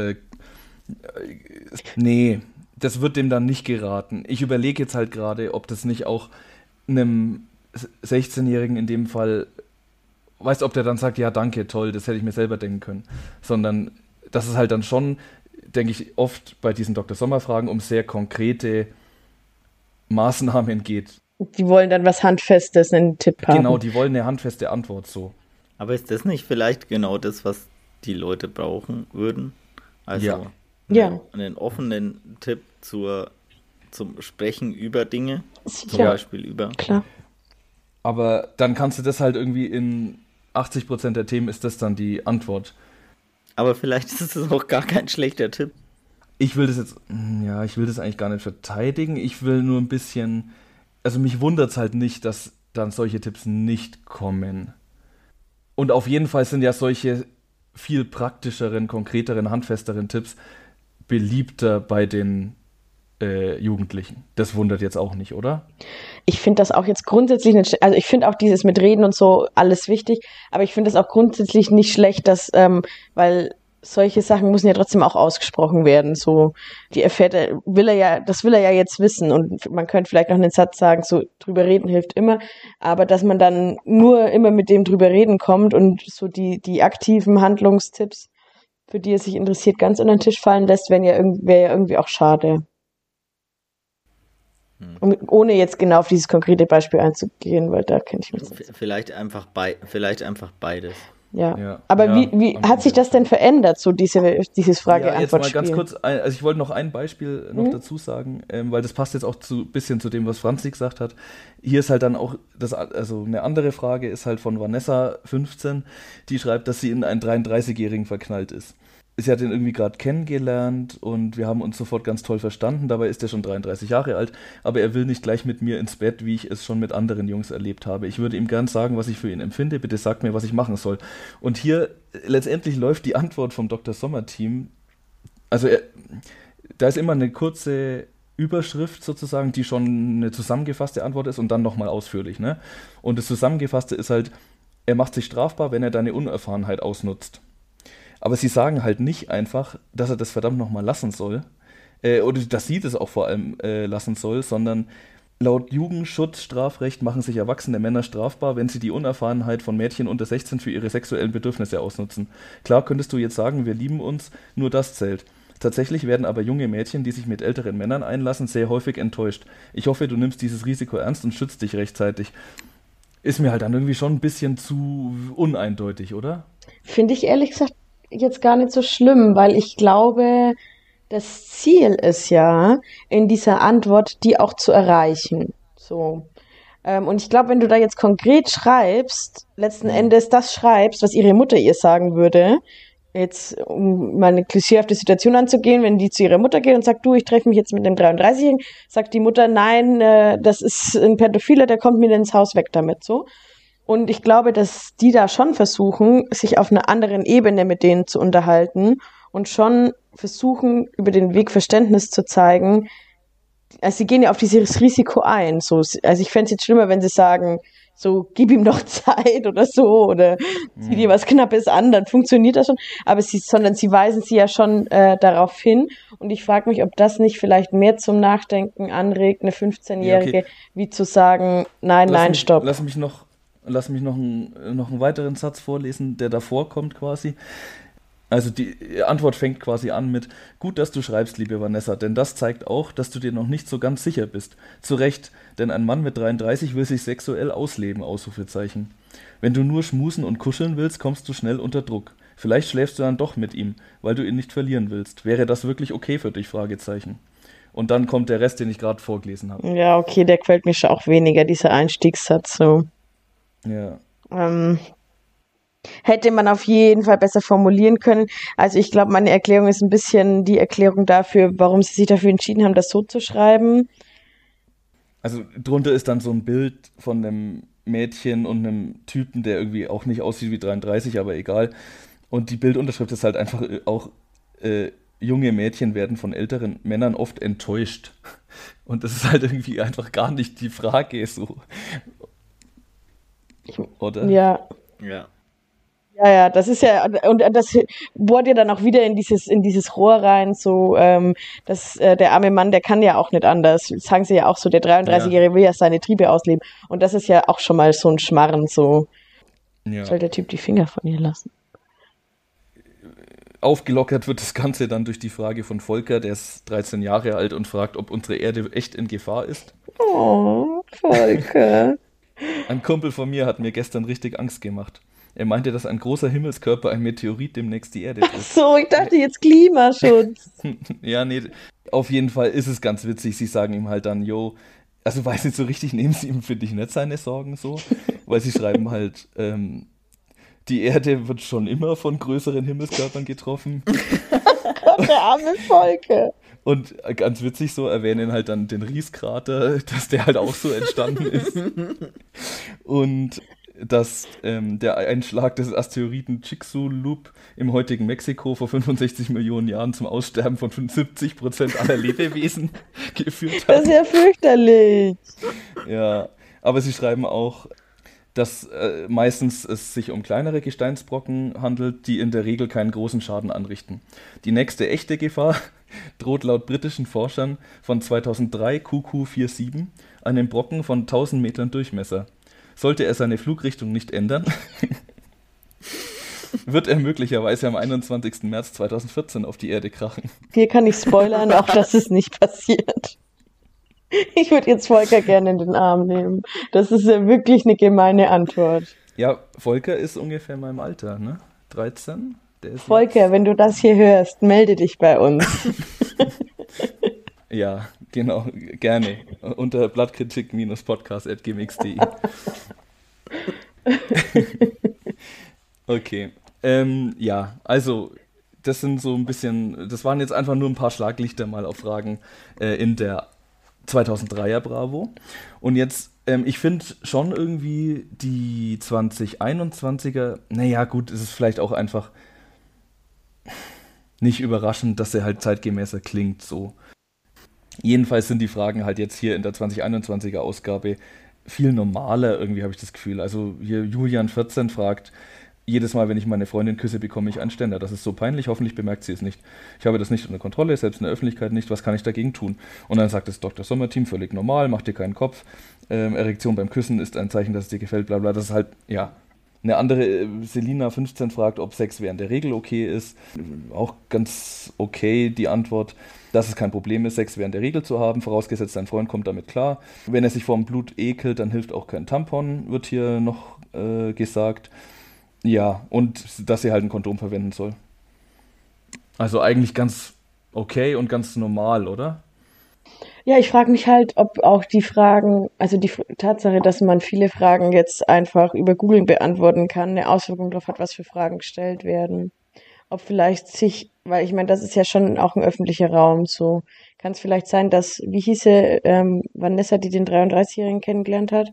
nee, das wird dem dann nicht geraten. Ich überlege jetzt halt gerade, ob das nicht auch einem 16-Jährigen in dem Fall, weißt du, ob der dann sagt, ja danke, toll, das hätte ich mir selber denken können, sondern dass es halt dann schon, denke ich, oft bei diesen Dr. Sommer-Fragen um sehr konkrete Maßnahmen geht. Die wollen dann was Handfestes, einen Tipp haben. Genau, die wollen eine handfeste Antwort so. Aber ist das nicht vielleicht genau das, was die Leute brauchen würden? Also ja. Einen offenen Tipp zum Sprechen über Dinge, zum Ja. Beispiel über. Klar. Aber dann kannst du das halt irgendwie in 80% der Themen ist das dann die Antwort. Aber vielleicht ist es auch gar kein schlechter Tipp. Ich will das eigentlich gar nicht verteidigen. Ich will nur ein bisschen, also mich wundert es halt nicht, dass dann solche Tipps nicht kommen. Und auf jeden Fall sind ja solche viel praktischeren, konkreteren, handfesteren Tipps beliebter bei den Jugendlichen. Das wundert jetzt auch nicht, oder? Ich finde das auch jetzt grundsätzlich nicht, also ich finde auch dieses mit Reden und so alles wichtig, aber ich finde das auch grundsätzlich nicht schlecht, dass, weil solche Sachen müssen ja trotzdem auch ausgesprochen werden, so, die erfährt er, das will er ja jetzt wissen und man könnte vielleicht noch einen Satz sagen, so, drüber reden hilft immer, aber dass man dann nur immer mit dem drüber reden kommt und so die aktiven Handlungstipps, für die er sich interessiert, ganz unter den Tisch fallen lässt, wäre ja irgendwie auch schade. Ohne jetzt genau auf dieses konkrete Beispiel einzugehen, weil da kenne ich mich nicht. Vielleicht einfach beides. Ja. Aber wie hat sich das denn verändert, so dieses Frage-Antwort-Spiel? Ja, jetzt mal ganz kurz, also ich wollte noch ein Beispiel noch dazu sagen, weil das passt jetzt auch ein bisschen zu dem, was Franzi gesagt hat. Hier ist halt dann auch, also eine andere Frage ist halt von Vanessa, 15, die schreibt, dass sie in einen 33-Jährigen verknallt ist. Sie hat ihn irgendwie gerade kennengelernt und wir haben uns sofort ganz toll verstanden. Dabei ist er schon 33 Jahre alt, aber er will nicht gleich mit mir ins Bett, wie ich es schon mit anderen Jungs erlebt habe. Ich würde ihm gern sagen, was ich für ihn empfinde. Bitte sagt mir, was ich machen soll. Und hier letztendlich läuft die Antwort vom Dr. Sommer-Team. Also da ist immer eine kurze Überschrift sozusagen, die schon eine zusammengefasste Antwort ist und dann nochmal ausführlich. Ne? Und das Zusammengefasste ist halt, er macht sich strafbar, wenn er deine Unerfahrenheit ausnutzt. Aber sie sagen halt nicht einfach, dass er das verdammt nochmal lassen soll, oder dass sie das auch vor allem lassen soll, sondern laut Jugendschutzstrafrecht machen sich erwachsene Männer strafbar, wenn sie die Unerfahrenheit von Mädchen unter 16 für ihre sexuellen Bedürfnisse ausnutzen. Klar könntest du jetzt sagen, wir lieben uns, nur das zählt. Tatsächlich werden aber junge Mädchen, die sich mit älteren Männern einlassen, sehr häufig enttäuscht. Ich hoffe, du nimmst dieses Risiko ernst und schützt dich rechtzeitig. Ist mir halt dann irgendwie schon ein bisschen zu uneindeutig, oder? Finde ich ehrlich gesagt jetzt gar nicht so schlimm, weil ich glaube, das Ziel ist ja, in dieser Antwort die auch zu erreichen. So. Und ich glaube, wenn du da jetzt konkret schreibst, letzten Endes das schreibst, was ihre Mutter ihr sagen würde, jetzt um mal eine klischeehafte Situation anzugehen, wenn die zu ihrer Mutter geht und sagt, du, ich treffe mich jetzt mit dem 33-Jährigen, sagt die Mutter, nein, das ist ein Pädophiler, der kommt mir ins Haus weg damit, so. Und ich glaube, dass die da schon versuchen, sich auf einer anderen Ebene mit denen zu unterhalten und schon versuchen, über den Weg Verständnis zu zeigen. Also sie gehen ja auf dieses Risiko ein. So. Also ich fände es jetzt schlimmer, wenn sie sagen, so, gib ihm noch Zeit oder so, oder zieh dir was Knappes an, dann funktioniert das schon. Aber sondern sie weisen sie ja schon darauf hin. Und ich frage mich, ob das nicht vielleicht mehr zum Nachdenken anregt, eine 15-Jährige, wie zu sagen, nein, stopp. Lass mich noch einen weiteren Satz vorlesen, der davor kommt quasi. Also die Antwort fängt quasi an mit: Gut, dass du schreibst, liebe Vanessa, denn das zeigt auch, dass du dir noch nicht so ganz sicher bist. Zu Recht, denn ein Mann mit 33 will sich sexuell ausleben, Ausrufezeichen. Wenn du nur schmusen und kuscheln willst, kommst du schnell unter Druck. Vielleicht schläfst du dann doch mit ihm, weil du ihn nicht verlieren willst. Wäre das wirklich okay für dich, Fragezeichen. Und dann kommt der Rest, den ich gerade vorgelesen habe. Ja, okay, der gefällt mir schon auch weniger, dieser Einstiegssatz so. Ja. Hätte man auf jeden Fall besser formulieren können. Also ich glaube, meine Erklärung ist ein bisschen die Erklärung dafür, warum sie sich dafür entschieden haben, das so zu schreiben. Also drunter ist dann so ein Bild von einem Mädchen und einem Typen, der irgendwie auch nicht aussieht wie 33, aber egal. Und die Bildunterschrift ist halt einfach auch, junge Mädchen werden von älteren Männern oft enttäuscht. Und das ist halt irgendwie einfach gar nicht die Frage so. Oder? Ja. Ja, das ist ja, und das bohrt ja dann auch wieder in dieses Rohr rein, so, dass der arme Mann, der kann ja auch nicht anders. Das sagen sie ja auch so, der 33-Jährige will ja seine Triebe ausleben. Und das ist ja auch schon mal so ein Schmarren, so. Ja. Soll der Typ die Finger von ihr lassen? Aufgelockert wird das Ganze dann durch die Frage von Volker, der ist 13 Jahre alt und fragt, ob unsere Erde echt in Gefahr ist. Oh, Volker. Ein Kumpel von mir hat mir gestern richtig Angst gemacht. Er meinte, dass ein großer Himmelskörper, ein Meteorit, demnächst die Erde trifft. Ach so, ich dachte jetzt Klimaschutz. Ja, nee, auf jeden Fall ist es ganz witzig. Sie sagen ihm halt dann, yo, also weiß nicht so richtig, nehmen sie ihm, finde ich, nicht seine Sorgen so. Weil sie schreiben halt, die Erde wird schon immer von größeren Himmelskörpern getroffen. Der arme Volker. Und ganz witzig so, erwähnen halt dann den Rieskrater, dass der halt auch so entstanden ist. Und dass der Einschlag des Asteroiden Chicxulub im heutigen Mexiko vor 65 Millionen Jahren zum Aussterben von 75% aller Lebewesen geführt hat. Das ist ja fürchterlich. Ja, aber sie schreiben auch, dass meistens es sich um kleinere Gesteinsbrocken handelt, die in der Regel keinen großen Schaden anrichten. Die nächste echte Gefahr droht laut britischen Forschern von 2003 QQ47, einem Brocken von 1000 Metern Durchmesser. Sollte er seine Flugrichtung nicht ändern, wird er möglicherweise am 21. März 2014 auf die Erde krachen. Hier kann ich spoilern, auch dass es nicht passiert. Ich würde jetzt Volker gerne in den Arm nehmen. Das ist ja wirklich eine gemeine Antwort. Ja, Volker ist ungefähr in meinem Alter, ne? 13? Der ist Volker, jetzt... wenn du das hier hörst, melde dich bei uns. Ja, genau, gerne. Unter blattkritik-podcast@gmx.de. Okay. Ja, also das sind so ein bisschen, das waren jetzt einfach nur ein paar Schlaglichter mal auf Fragen in der 2003er Bravo. Und jetzt, ich finde schon irgendwie die 2021er, naja gut, es ist vielleicht auch einfach nicht überraschend, dass er halt zeitgemäßer klingt so. Jedenfalls sind die Fragen halt jetzt hier in der 2021er Ausgabe viel normaler, irgendwie habe ich das Gefühl. Also hier Julian 14 fragt, jedes Mal, wenn ich meine Freundin küsse, bekomme ich einen Ständer. Das ist so peinlich, hoffentlich bemerkt sie es nicht. Ich habe das nicht unter Kontrolle, selbst in der Öffentlichkeit nicht. Was kann ich dagegen tun? Und dann sagt das Dr. Sommerteam, völlig normal, mach dir keinen Kopf. Erektion beim Küssen ist ein Zeichen, dass es dir gefällt, bla bla. Das ist halt, ja. Eine andere, Selina 15 fragt, ob Sex während der Regel okay ist. Auch ganz okay die Antwort, dass es kein Problem ist, Sex während der Regel zu haben, vorausgesetzt dein Freund kommt damit klar. Wenn er sich vor dem Blut ekelt, dann hilft auch kein Tampon, wird hier noch gesagt. Ja, und dass sie halt ein Kondom verwenden soll. Also eigentlich ganz okay und ganz normal, oder? Ja, ich frage mich halt, ob auch die Fragen, also die Tatsache, dass man viele Fragen jetzt einfach über Google beantworten kann, eine Auswirkung darauf hat, was für Fragen gestellt werden. Ob vielleicht weil ich meine, das ist ja schon auch ein öffentlicher Raum, so. Kann es vielleicht sein, dass, wie hieße Vanessa, die den 33-Jährigen kennengelernt hat,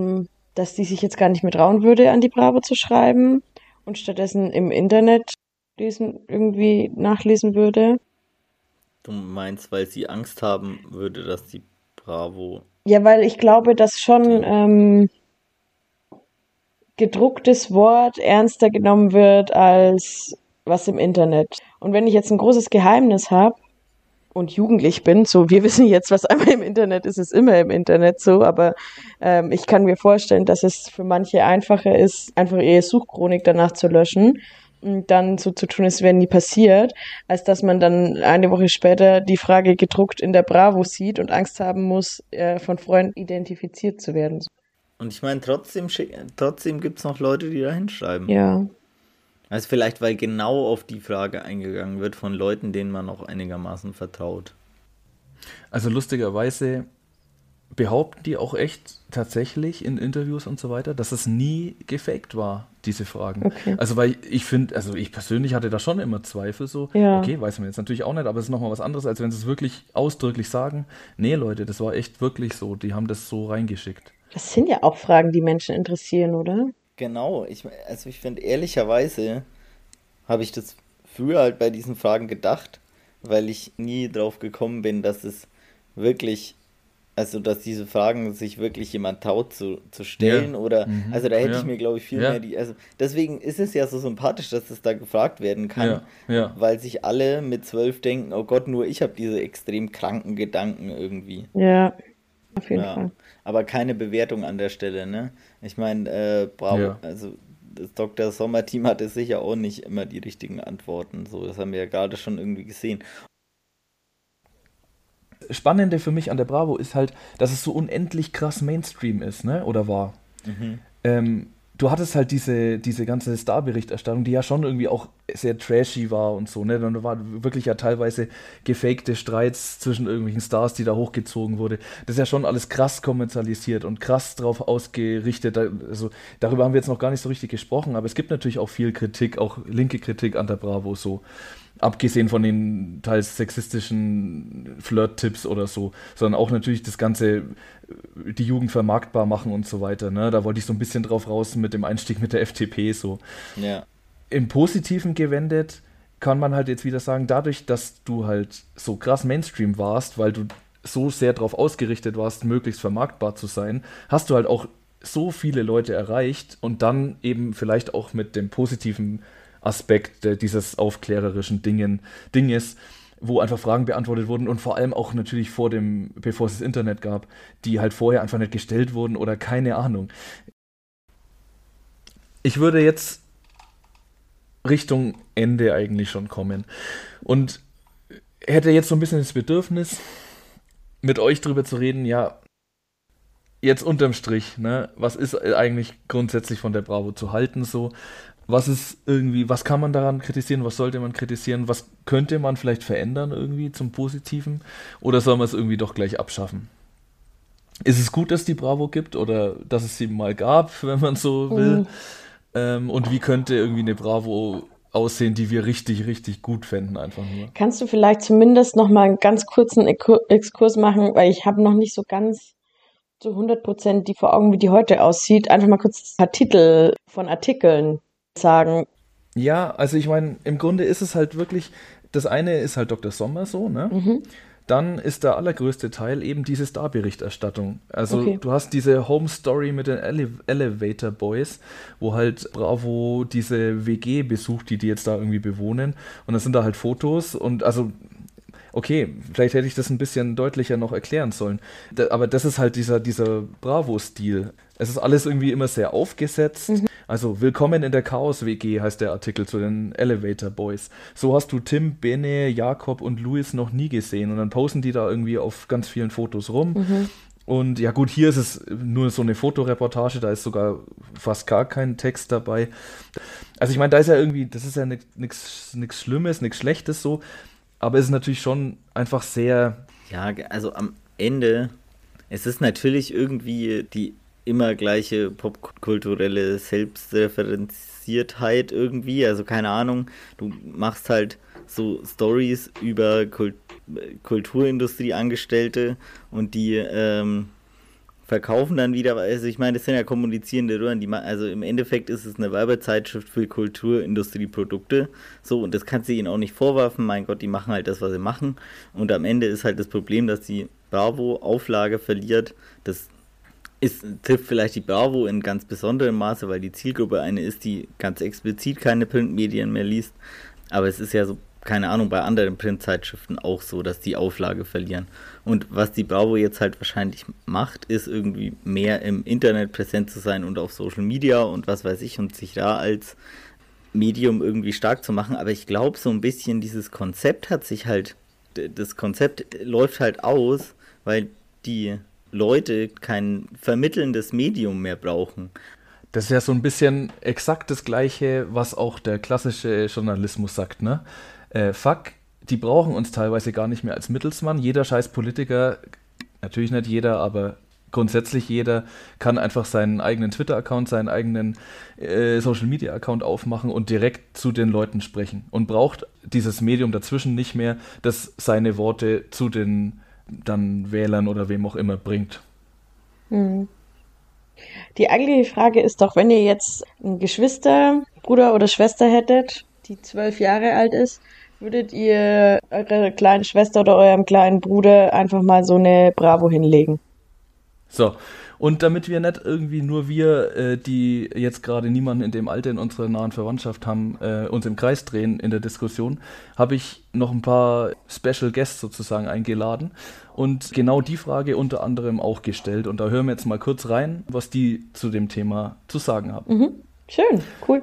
dass die sich jetzt gar nicht mehr trauen würde, an die Bravo zu schreiben und stattdessen im Internet irgendwie nachlesen würde. Du meinst, weil sie Angst haben würde, dass die Bravo... Ja, weil ich glaube, dass schon gedrucktes Wort ernster genommen wird als was im Internet. Und wenn ich jetzt ein großes Geheimnis habe und jugendlich bin, so wir wissen jetzt, was einmal im Internet ist, ist immer im Internet so, aber ich kann mir vorstellen, dass es für manche einfacher ist, einfach ihre Suchchronik danach zu löschen und dann so zu tun, als wäre nie passiert, als dass man dann eine Woche später die Frage gedruckt in der Bravo sieht und Angst haben muss, von Freunden identifiziert zu werden. Und ich meine, trotzdem gibt es noch Leute, die da hinschreiben. Ja. Also vielleicht, weil genau auf die Frage eingegangen wird von Leuten, denen man auch einigermaßen vertraut. Also lustigerweise behaupten die auch echt tatsächlich in Interviews und so weiter, dass es nie gefaked war, diese Fragen. Okay. Also weil ich finde, also ich persönlich hatte da schon immer Zweifel so, Ja. okay, weiß man jetzt natürlich auch nicht, aber es ist nochmal was anderes, als wenn sie es wirklich ausdrücklich sagen, nee Leute, das war echt wirklich so, die haben das so reingeschickt. Das sind ja auch Fragen, die Menschen interessieren, oder? Genau, ich finde ehrlicherweise habe ich das früher halt bei diesen Fragen gedacht, weil ich nie drauf gekommen bin, dass es wirklich, also dass diese Fragen sich wirklich jemand traut zu stellen oder, also da hätte ich mir glaube ich viel mehr also deswegen ist es ja so sympathisch, dass das da gefragt werden kann, weil sich alle mit 12 denken, oh Gott, nur ich habe diese extrem kranken Gedanken irgendwie. Ja, auf jeden Fall. Aber keine Bewertung an der Stelle, ne? Ich meine, bravo, also das Dr. Sommer-Team hatte sicher auch nicht immer die richtigen Antworten. So, das haben wir ja gerade schon irgendwie gesehen. Spannende für mich an der Bravo ist halt, dass es so unendlich krass Mainstream ist, ne? Oder war. Du hattest halt diese ganze Star-Berichterstattung, die ja schon irgendwie auch sehr trashy war und so, ne? Dann waren wirklich ja teilweise gefakte Streits zwischen irgendwelchen Stars, die da hochgezogen wurde. Das ist ja schon alles krass kommerzialisiert und krass drauf ausgerichtet. Also darüber haben wir jetzt noch gar nicht so richtig gesprochen, aber es gibt natürlich auch viel Kritik, auch linke Kritik an der Bravo so. Abgesehen von den teils sexistischen Flirt-Tipps oder so, sondern auch natürlich das Ganze, die Jugend vermarktbar machen und so weiter. Ne? Da wollte ich so ein bisschen drauf raus mit dem Einstieg mit der FDP so. Ja. Im Positiven gewendet kann man halt jetzt wieder sagen, dadurch, dass du halt so krass Mainstream warst, weil du so sehr darauf ausgerichtet warst, möglichst vermarktbar zu sein, hast du halt auch so viele Leute erreicht und dann eben vielleicht auch mit dem positiven Aspekt dieses aufklärerischen Dinges, wo einfach Fragen beantwortet wurden und vor allem auch natürlich bevor es das Internet gab, die halt vorher einfach nicht gestellt wurden oder keine Ahnung. Ich würde jetzt Richtung Ende eigentlich schon kommen und hätte jetzt so ein bisschen das Bedürfnis, mit euch drüber zu reden, ja, jetzt unterm Strich, ne, was ist eigentlich grundsätzlich von der Bravo zu halten so? Was kann man daran kritisieren, was sollte man kritisieren, was könnte man vielleicht verändern irgendwie zum Positiven oder soll man es irgendwie doch gleich abschaffen? Ist es gut, dass es die Bravo gibt oder dass es sie mal gab, wenn man so will? Und wie könnte irgendwie eine Bravo aussehen, die wir richtig, richtig gut fänden einfach nur? Kannst du vielleicht zumindest noch mal einen ganz kurzen Exkurs machen, weil ich habe noch nicht so ganz zu 100% die vor Augen, wie die heute aussieht. Einfach mal kurz ein paar Titel von Artikeln sagen. Ja, also ich meine, im Grunde ist es halt wirklich, das eine ist halt Dr. Sommer so, ne? Dann ist der allergrößte Teil eben diese Star-Berichterstattung. Also du hast diese Home Story mit den Elevator Boys, wo halt Bravo diese WG besucht, die jetzt da irgendwie bewohnen. Und dann sind da halt Fotos und also okay, vielleicht hätte ich das ein bisschen deutlicher noch erklären sollen. Aber das ist halt dieser Bravo-Stil. Es ist alles irgendwie immer sehr aufgesetzt. Also Willkommen in der Chaos-WG heißt der Artikel zu den Elevator Boys. So hast du Tim, Bene, Jakob und Luis noch nie gesehen. Und dann posten die da irgendwie auf ganz vielen Fotos rum. Und ja gut, hier ist es nur so eine Fotoreportage, da ist sogar fast gar kein Text dabei. Also ich meine, da ist ja irgendwie, das ist ja nichts Schlimmes, nichts Schlechtes so. Aber es ist natürlich schon einfach sehr... Ja, also am Ende, es ist natürlich irgendwie die immer gleiche popkulturelle Selbstreferenziertheit irgendwie. Also keine Ahnung, du machst halt so Stories über Kulturindustrie-Angestellte und die verkaufen dann wieder, also ich meine, das sind ja kommunizierende Röhren, also im Endeffekt ist es eine Werbezeitschrift für Kulturindustrieprodukte, so, und das kannst du ihnen auch nicht vorwerfen, mein Gott, die machen halt das, was sie machen, und am Ende ist halt das Problem, dass die Bravo Auflage verliert. Das trifft vielleicht die Bravo in ganz besonderem Maße, weil die Zielgruppe eine ist, die ganz explizit keine Printmedien mehr liest, aber es ist ja so, keine Ahnung, bei anderen Printzeitschriften auch so, dass die Auflage verlieren. Und was die Bravo jetzt halt wahrscheinlich macht, ist irgendwie mehr im Internet präsent zu sein und auf Social Media und was weiß ich und sich da als Medium irgendwie stark zu machen. Aber ich glaube, so ein bisschen dieses Konzept das Konzept läuft halt aus, weil die Leute kein vermittelndes Medium mehr brauchen. Das ist ja so ein bisschen exakt das Gleiche, was auch der klassische Journalismus sagt, ne? Fuck, die brauchen uns teilweise gar nicht mehr als Mittelsmann. Jeder scheiß Politiker, natürlich nicht jeder, aber grundsätzlich jeder kann einfach seinen eigenen Twitter-Account, seinen eigenen Social-Media-Account aufmachen und direkt zu den Leuten sprechen und braucht dieses Medium dazwischen nicht mehr, das seine Worte zu den dann Wählern oder wem auch immer bringt. Hm. Die eigentliche Frage ist doch, wenn ihr jetzt einen Geschwister, Bruder oder Schwester hättet, die 12 Jahre alt ist, würdet ihr eurer kleinen Schwester oder eurem kleinen Bruder einfach mal so eine Bravo hinlegen? So, und damit wir nicht irgendwie nur wir, die jetzt gerade niemanden in dem Alter in unserer nahen Verwandtschaft haben, uns im Kreis drehen in der Diskussion, habe ich noch ein paar Special Guests sozusagen eingeladen und genau die Frage unter anderem auch gestellt. Und da hören wir jetzt mal kurz rein, was die zu dem Thema zu sagen haben. Mhm. Schön, cool.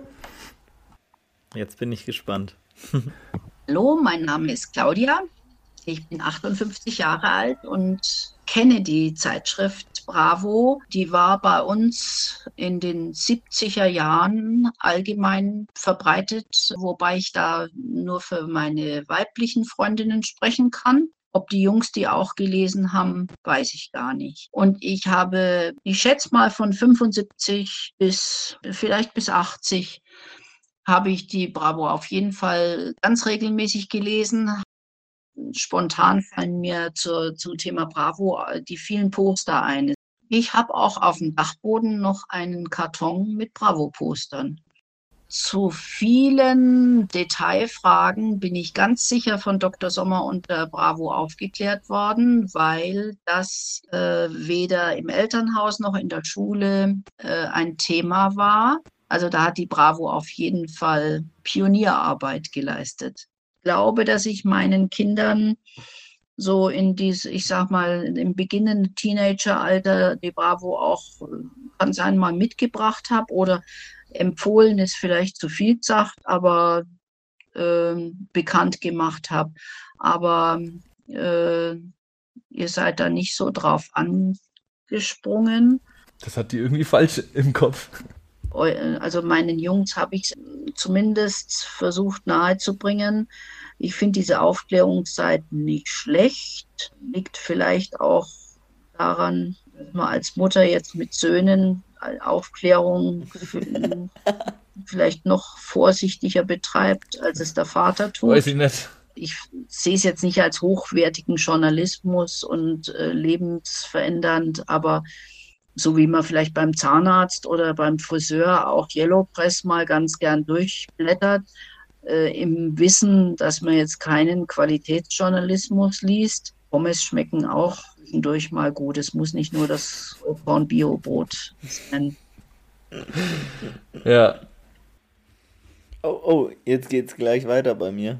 Jetzt bin ich gespannt. Hallo, mein Name ist Claudia. Ich bin 58 Jahre alt und kenne die Zeitschrift Bravo. Die war bei uns in den 70er Jahren allgemein verbreitet, wobei ich da nur für meine weiblichen Freundinnen sprechen kann. Ob die Jungs die auch gelesen haben, weiß ich gar nicht. Und ich schätze mal von 75 bis vielleicht bis 80 habe ich die Bravo auf jeden Fall ganz regelmäßig gelesen. Spontan fallen mir zum Thema Bravo die vielen Poster ein. Ich habe auch auf dem Dachboden noch einen Karton mit Bravo-Postern. Zu vielen Detailfragen bin ich ganz sicher von Dr. Sommer und der Bravo aufgeklärt worden, weil das weder im Elternhaus noch in der Schule ein Thema war. Also da hat die Bravo auf jeden Fall Pionierarbeit geleistet. Ich glaube, dass ich meinen Kindern so ich sag mal, im beginnenden Teenageralter die Bravo auch, kann sein, mal mitgebracht habe oder empfohlen ist vielleicht zu viel gesagt, aber bekannt gemacht habe. Aber ihr seid da nicht so drauf angesprungen. Das hat die irgendwie falsch im Kopf. Also meinen Jungs habe ich zumindest versucht nahezubringen. Ich finde diese Aufklärungsseiten nicht schlecht. Liegt vielleicht auch daran, dass man als Mutter jetzt mit Söhnen Aufklärung vielleicht noch vorsichtiger betreibt, als es der Vater tut. Weiß ich nicht. Ich sehe es jetzt nicht als hochwertigen Journalismus und lebensverändernd, aber so wie man vielleicht beim Zahnarzt oder beim Friseur auch Yellow Press mal ganz gern durchblättert, im Wissen, dass man jetzt keinen Qualitätsjournalismus liest. Pommes schmecken auch durch mal gut. Es muss nicht nur das Bio-Brot sein. Ja. Oh, jetzt geht's gleich weiter bei mir.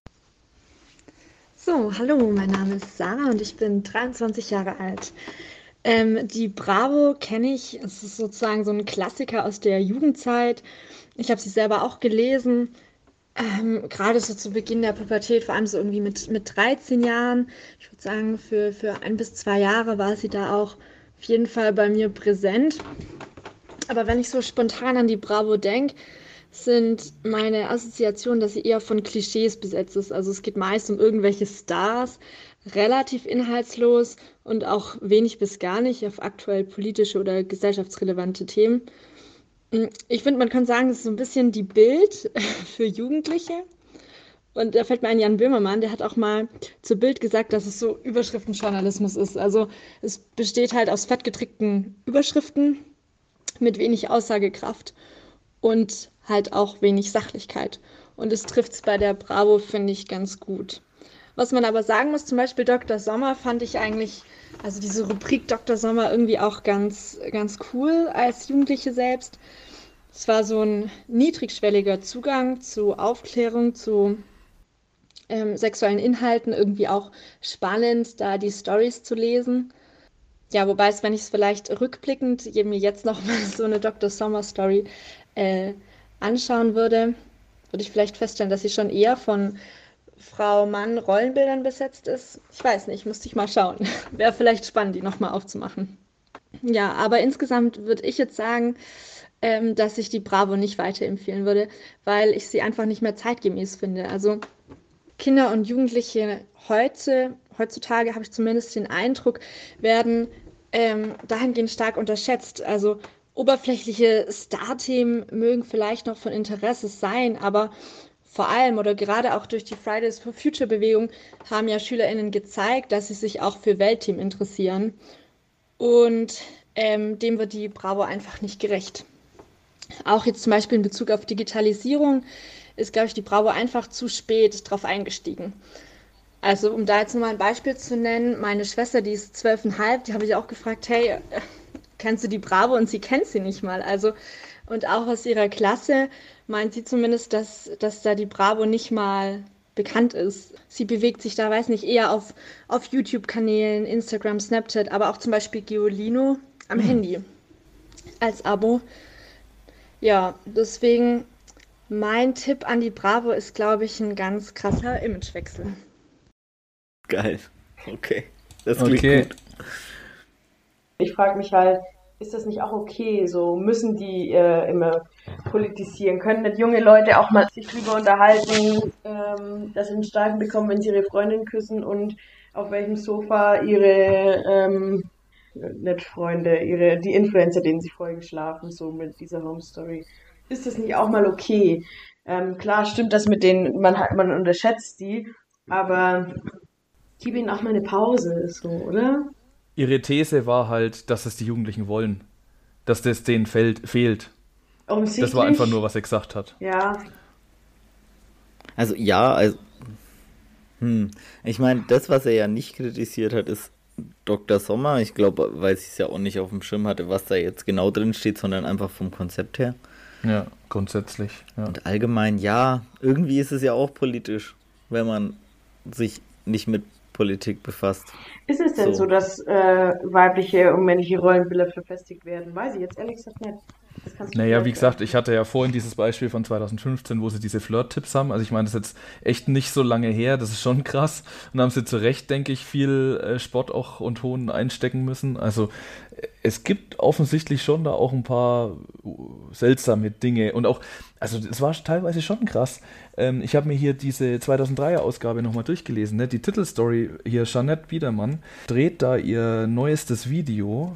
So, hallo, mein Name ist Sarah und ich bin 23 Jahre alt. Die Bravo kenne ich, es ist sozusagen so ein Klassiker aus der Jugendzeit. Ich habe sie selber auch gelesen, gerade so zu Beginn der Pubertät, vor allem so irgendwie mit 13 Jahren. Ich würde sagen, für 1 bis 2 Jahre war sie da auch auf jeden Fall bei mir präsent. Aber wenn ich so spontan an die Bravo denke, sind meine Assoziationen, dass sie eher von Klischees besetzt ist. Also es geht meist um irgendwelche Stars, relativ inhaltslos und auch wenig bis gar nicht auf aktuell politische oder gesellschaftsrelevante Themen. Ich finde, man kann sagen, es ist so ein bisschen die Bild für Jugendliche. Und da fällt mir ein Jan Böhmermann, der hat auch mal zu Bild gesagt, dass es so Überschriftenjournalismus ist. Also es besteht halt aus fettgedruckten Überschriften mit wenig Aussagekraft und halt auch wenig Sachlichkeit. Und es trifft es bei der Bravo, finde ich, ganz gut. Was man aber sagen muss, zum Beispiel Dr. Sommer fand ich eigentlich, also diese Rubrik Dr. Sommer irgendwie auch ganz, ganz cool als Jugendliche selbst. Es war so ein niedrigschwelliger Zugang zu Aufklärung, zu sexuellen Inhalten, irgendwie auch spannend, da die Storys zu lesen. Ja, wobei es, wenn ich es vielleicht rückblickend mir jetzt noch mal so eine Dr. Sommer Story äh, anschauen würde, würde ich vielleicht feststellen, dass sie schon eher von Frau-Mann-Rollenbildern besetzt ist. Ich weiß nicht, müsste ich mal schauen. Wäre vielleicht spannend, die nochmal aufzumachen. Ja, aber insgesamt würde ich jetzt sagen, dass ich die Bravo nicht weiterempfehlen würde, weil ich sie einfach nicht mehr zeitgemäß finde. Also Kinder und Jugendliche heutzutage habe ich zumindest den Eindruck, werden dahingehend stark unterschätzt. Also oberflächliche Star-Themen mögen vielleicht noch von Interesse sein, aber vor allem oder gerade auch durch die Fridays for Future Bewegung haben ja SchülerInnen gezeigt, dass sie sich auch für Weltthemen interessieren. Und dem wird die Bravo einfach nicht gerecht. Auch jetzt zum Beispiel in Bezug auf Digitalisierung ist, glaube ich, die Bravo einfach zu spät drauf eingestiegen. Also, um da jetzt nochmal ein Beispiel zu nennen, meine Schwester, die ist 12,5, die habe ich auch gefragt, hey, kennst du die Bravo? Und sie kennt sie nicht mal. Also, und auch aus ihrer Klasse meint sie zumindest, dass da die Bravo nicht mal bekannt ist. Sie bewegt sich da, weiß nicht, eher auf YouTube-Kanälen, Instagram, Snapchat, aber auch zum Beispiel Geolino am Handy als Abo. Ja, deswegen mein Tipp an die Bravo ist, glaube ich, ein ganz krasser Imagewechsel. Geil. Okay. Das klingt gut. Ich frage mich halt, ist das nicht auch okay? So müssen die immer politisieren? Können nicht junge Leute auch mal sich drüber unterhalten, dass sie einen Streifen bekommen, wenn sie ihre Freundin küssen und auf welchem Sofa ihre nicht Freunde, die Influencer, denen sie vorher geschlafen, so mit dieser Home Story. Ist das nicht auch mal okay? Klar stimmt das mit denen, man unterschätzt die, aber gib ihnen auch mal eine Pause, so, oder? Ihre These war halt, dass es die Jugendlichen wollen. Dass das denen fehlt. Das war einfach nur, was er gesagt hat. Ja. Also ich meine, das, was er ja nicht kritisiert hat, ist Dr. Sommer. Ich glaube, weil sie es ja auch nicht auf dem Schirm hatte, was da jetzt genau drin steht, sondern einfach vom Konzept her. Ja, grundsätzlich. Ja. Und allgemein, ja, irgendwie ist es ja auch politisch, wenn man sich nicht mit Politik befasst. Ist es denn so, dass weibliche und männliche Rollenbilder verfestigt werden? Weiß ich jetzt ehrlich gesagt nicht. Naja, wie gesagt, ich hatte ja vorhin dieses Beispiel von 2015, wo sie diese Flirt-Tipps haben. Also ich meine, das ist jetzt echt nicht so lange her, das ist schon krass. Und da haben sie zu Recht, denke ich, viel Spott auch und Hohn einstecken müssen. Also es gibt offensichtlich schon da auch ein paar seltsame Dinge. Und auch, also es war teilweise schon krass. Ich habe mir hier diese 2003er-Ausgabe nochmal durchgelesen. Ne? Die Titelstory hier, Jeanette Biedermann dreht da ihr neuestes Video.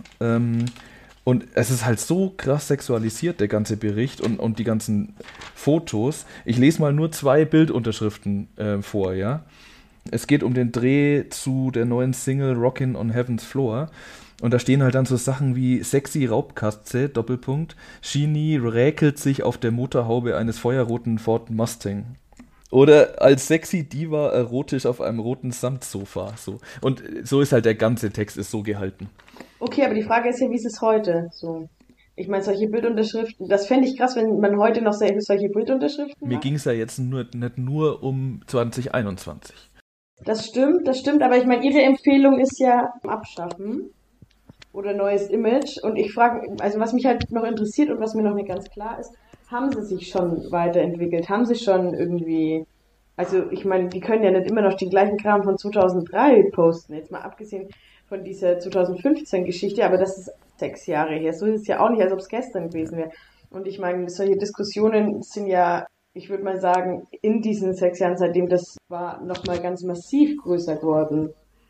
Und es ist halt so krass sexualisiert, der ganze Bericht und die ganzen Fotos. Ich lese mal nur 2 Bildunterschriften vor, ja. Es geht um den Dreh zu der neuen Single Rockin' on Heaven's Floor. Und da stehen halt dann so Sachen wie sexy Raubkatze, Doppelpunkt, Genie räkelt sich auf der Motorhaube eines feuerroten Ford Mustang. Oder als sexy Diva erotisch auf einem roten Samtsofa. So. Und so ist halt der ganze Text ist so gehalten. Okay, aber die Frage ist ja, wie ist es heute? So. Ich meine, solche Bildunterschriften, das fände ich krass, wenn man heute noch solche Bildunterschriften macht. Mir ging es ja jetzt nicht nur um 2021. Das stimmt, aber ich meine, Ihre Empfehlung ist ja abschaffen oder neues Image. Und ich frage, also was mich halt noch interessiert und was mir noch nicht ganz klar ist, haben sie sich schon weiterentwickelt? Haben sie schon irgendwie, also ich meine, die können ja nicht immer noch den gleichen Kram von 2003 posten, jetzt mal abgesehen von dieser 2015-Geschichte, aber das ist 6 Jahre her. So ist es ja auch nicht, als ob es gestern gewesen wäre. Und ich meine, solche Diskussionen sind ja, ich würde mal sagen, in diesen 6 Jahren, seitdem das war, nochmal ganz massiv größer geworden.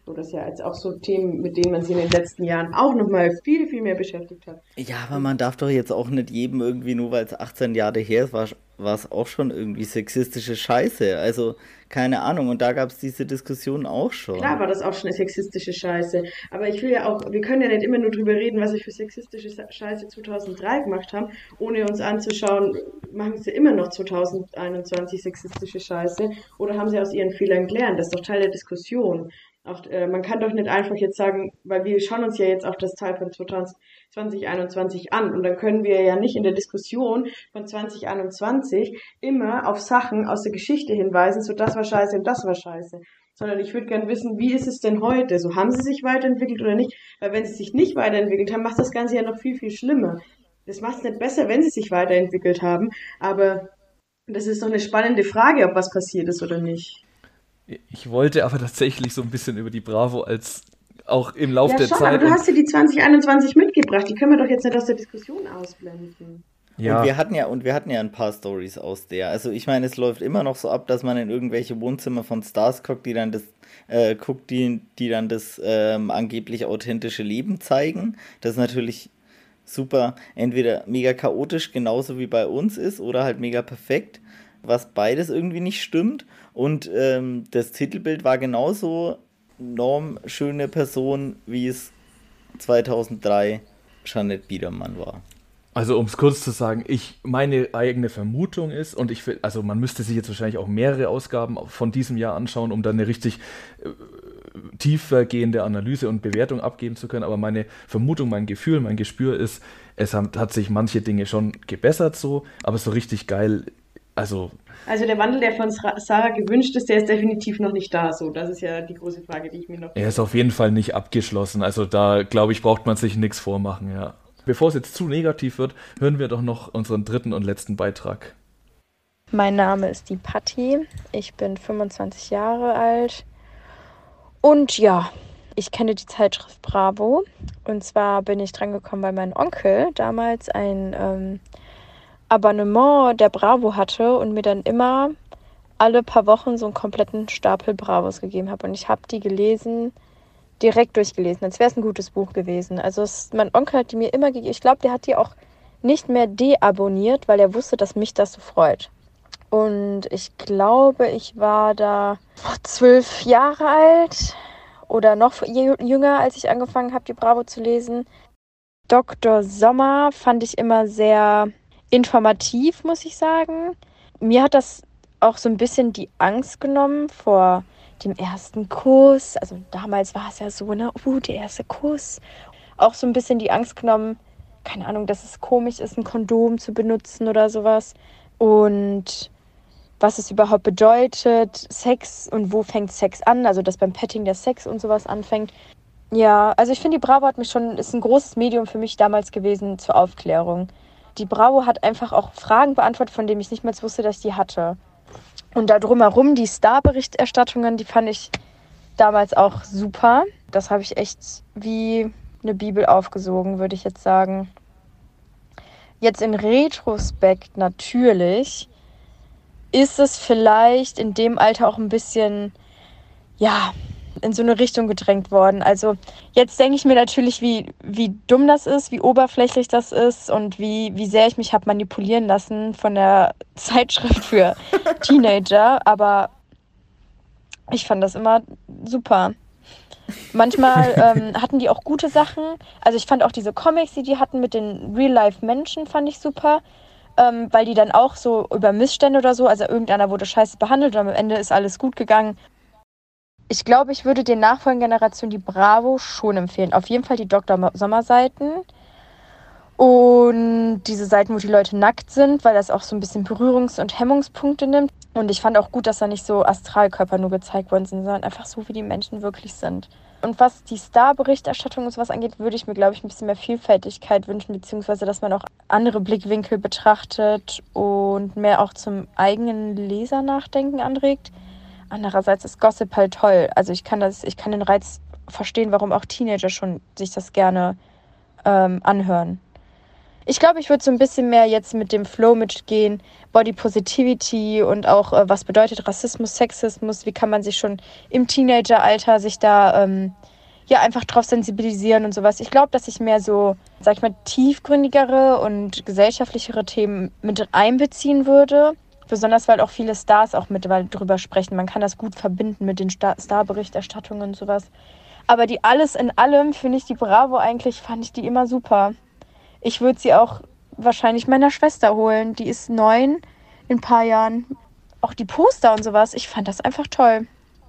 So, das ist ja jetzt auch so Themen, mit denen man sich in den letzten Jahren auch nochmal viel, viel mehr beschäftigt hat. Ja, aber man darf doch jetzt auch nicht jedem irgendwie, nur weil es 18 Jahre her ist, war es auch schon irgendwie sexistische Scheiße. Also, keine Ahnung, und da gab es diese Diskussion auch schon. Klar war das auch schon eine sexistische Scheiße. Aber ich will ja auch, wir können ja nicht immer nur drüber reden, was wir für sexistische Scheiße 2003 gemacht haben, ohne uns anzuschauen, machen sie immer noch 2021 sexistische Scheiße oder haben sie aus ihren Fehlern gelernt? Das ist doch Teil der Diskussion. Auch, man kann doch nicht einfach jetzt sagen, weil wir schauen uns ja jetzt auch das Teil von 2021 an und dann können wir ja nicht in der Diskussion von 2021 immer auf Sachen aus der Geschichte hinweisen, so das war scheiße und das war scheiße. Sondern ich würde gerne wissen, wie ist es denn heute? So, haben sie sich weiterentwickelt oder nicht? Weil wenn sie sich nicht weiterentwickelt haben, macht das Ganze ja noch viel, viel schlimmer. Das macht es nicht besser, wenn sie sich weiterentwickelt haben, aber das ist doch eine spannende Frage, ob was passiert ist oder nicht. Ich wollte aber tatsächlich so ein bisschen über die Bravo als auch im Lauf Ja, der schon, Zeit. aber du hast dir die 2021 mitgebracht. Die können wir doch jetzt nicht aus der Diskussion ausblenden. Ja, Und wir hatten ja ein paar Stories aus der. Also ich meine, es läuft immer noch so ab, dass man in irgendwelche Wohnzimmer von Stars guckt, die dann das angeblich authentische Leben zeigen. Das ist natürlich super, entweder mega chaotisch, genauso wie bei uns ist, oder halt mega perfekt, was beides irgendwie nicht stimmt. Und das Titelbild war genauso normschöne Person, wie es 2003 Jeanette Biedermann war. also um es kurz zu sagen, meine eigene Vermutung ist, und also man müsste sich jetzt wahrscheinlich auch mehrere Ausgaben von diesem Jahr anschauen, um dann eine richtig tiefergehende Analyse und Bewertung abgeben zu können, aber meine Vermutung, mein Gefühl, mein Gespür ist, hat sich manche Dinge schon gebessert so, aber so richtig geil, also der Wandel, der von Sarah gewünscht ist, der ist definitiv noch nicht da. So, das ist ja die große Frage, die ich mir noch... er ist auf jeden Fall nicht abgeschlossen, also da, glaube ich, braucht man sich nichts vormachen, ja. Bevor es jetzt zu negativ wird, hören wir doch noch unseren dritten und letzten Beitrag. Mein Name ist die Patti, ich bin 25 Jahre alt und ja, ich kenne die Zeitschrift Bravo und zwar bin ich dran gekommen, weil mein Onkel damals ein Abonnement der Bravo hatte und mir dann immer alle paar Wochen so einen kompletten Stapel Bravos gegeben hat und ich habe die gelesen, direkt durchgelesen, als wäre es ein gutes Buch gewesen. Also mein Onkel hat die mir immer gegeben. Ich glaube, der hat die auch nicht mehr deabonniert, weil er wusste, dass mich das so freut. Und ich glaube, ich war da 12 Jahre alt oder noch jünger, als ich angefangen habe, die Bravo zu lesen. Dr. Sommer fand ich immer sehr informativ, muss ich sagen. Mir hat das auch so ein bisschen die Angst genommen vor dem ersten Kuss. Also damals war es ja so, ne? Der erste Kuss. Auch so ein bisschen die Angst genommen, keine Ahnung, dass es komisch ist, ein Kondom zu benutzen oder sowas. Und was es überhaupt bedeutet, Sex und wo fängt Sex an. Also dass beim Petting der Sex und sowas anfängt. Ja, also ich finde, die Bravo ist ein großes Medium für mich damals gewesen zur Aufklärung. Die Bravo hat einfach auch Fragen beantwortet, von denen ich nicht mehr wusste, dass ich die hatte. Und da drumherum die Star-Berichterstattungen, die fand ich damals auch super. Das habe ich echt wie eine Bibel aufgesogen, würde ich jetzt sagen. Jetzt in Retrospekt natürlich ist es vielleicht in dem Alter auch ein bisschen, ja, in so eine Richtung gedrängt worden. Also jetzt denke ich mir natürlich, wie dumm das ist, wie oberflächlich das ist und wie sehr ich mich habe manipulieren lassen von der Zeitschrift für Teenager. Aber ich fand das immer super. Manchmal hatten die auch gute Sachen. Also ich fand auch diese Comics, die hatten mit den Real-Life-Menschen, fand ich super. Weil die dann auch so über Missstände oder so, also irgendeiner wurde scheiße behandelt und am Ende ist alles gut gegangen. Ich glaube, ich würde den nachfolgenden Generationen die Bravo schon empfehlen. Auf jeden Fall die Dr. Sommer-Seiten und diese Seiten, wo die Leute nackt sind, weil das auch so ein bisschen Berührungs- und Hemmungspunkte nimmt. Und ich fand auch gut, dass da nicht so Astralkörper nur gezeigt worden sind, sondern einfach so, wie die Menschen wirklich sind. Und was die Star-Berichterstattung und sowas angeht, würde ich mir, glaube ich, ein bisschen mehr Vielfältigkeit wünschen, beziehungsweise, dass man auch andere Blickwinkel betrachtet und mehr auch zum eigenen Lesernachdenken anregt. Andererseits ist Gossip halt toll. Also ich kann den Reiz verstehen, warum auch Teenager schon sich das gerne anhören. Ich glaube, ich würde so ein bisschen mehr jetzt mit dem Flow mitgehen, Body Positivity und auch, was bedeutet Rassismus, Sexismus, wie kann man sich schon im Teenageralter sich da einfach drauf sensibilisieren und sowas. Ich glaube, dass ich mehr so, sag ich mal, tiefgründigere und gesellschaftlichere Themen mit einbeziehen würde. Besonders, weil auch viele Stars auch mittlerweile drüber sprechen. Man kann das gut verbinden mit den Starberichterstattungen und sowas. Aber die alles in allem, finde ich die Bravo eigentlich, fand ich die immer super. Ich würde sie auch wahrscheinlich meiner Schwester holen. Die ist 9 in ein paar Jahren. Auch die Poster und sowas. Ich fand das einfach toll.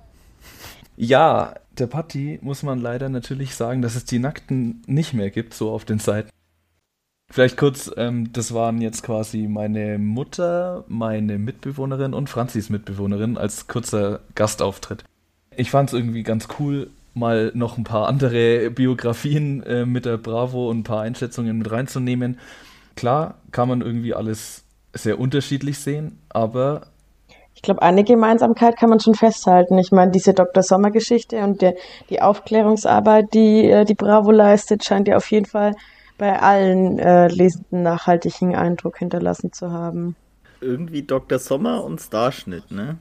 Ja, der Patti muss man leider natürlich sagen, dass es die Nackten nicht mehr gibt, so auf den Seiten. Vielleicht kurz, das waren jetzt quasi meine Mutter, meine Mitbewohnerin und Franzis Mitbewohnerin als kurzer Gastauftritt. Ich fand es irgendwie ganz cool, mal noch ein paar andere Biografien mit der Bravo und ein paar Einschätzungen mit reinzunehmen. Klar, kann man irgendwie alles sehr unterschiedlich sehen, aber Ich glaube, eine Gemeinsamkeit kann man schon festhalten. Ich meine, diese Dr. Sommer-Geschichte und die Aufklärungsarbeit, die die Bravo leistet, scheint ja auf jeden Fall bei allen Lesenden nachhaltigen Eindruck hinterlassen zu haben. Irgendwie Dr. Sommer und Starschnitt, ne?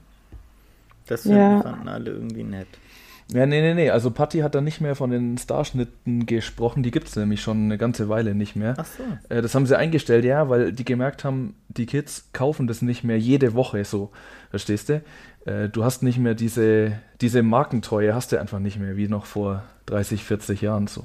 Das fanden alle irgendwie nett. ja, nee. Also Patti hat da nicht mehr von den Starschnitten gesprochen. Die gibt es nämlich schon eine ganze Weile nicht mehr. Ach so. Das haben sie eingestellt, ja, weil die gemerkt haben, die Kids kaufen das nicht mehr jede Woche so. Verstehst du? Du hast nicht mehr diese Markentreue, hast du einfach nicht mehr, wie noch vor 30, 40 Jahren so.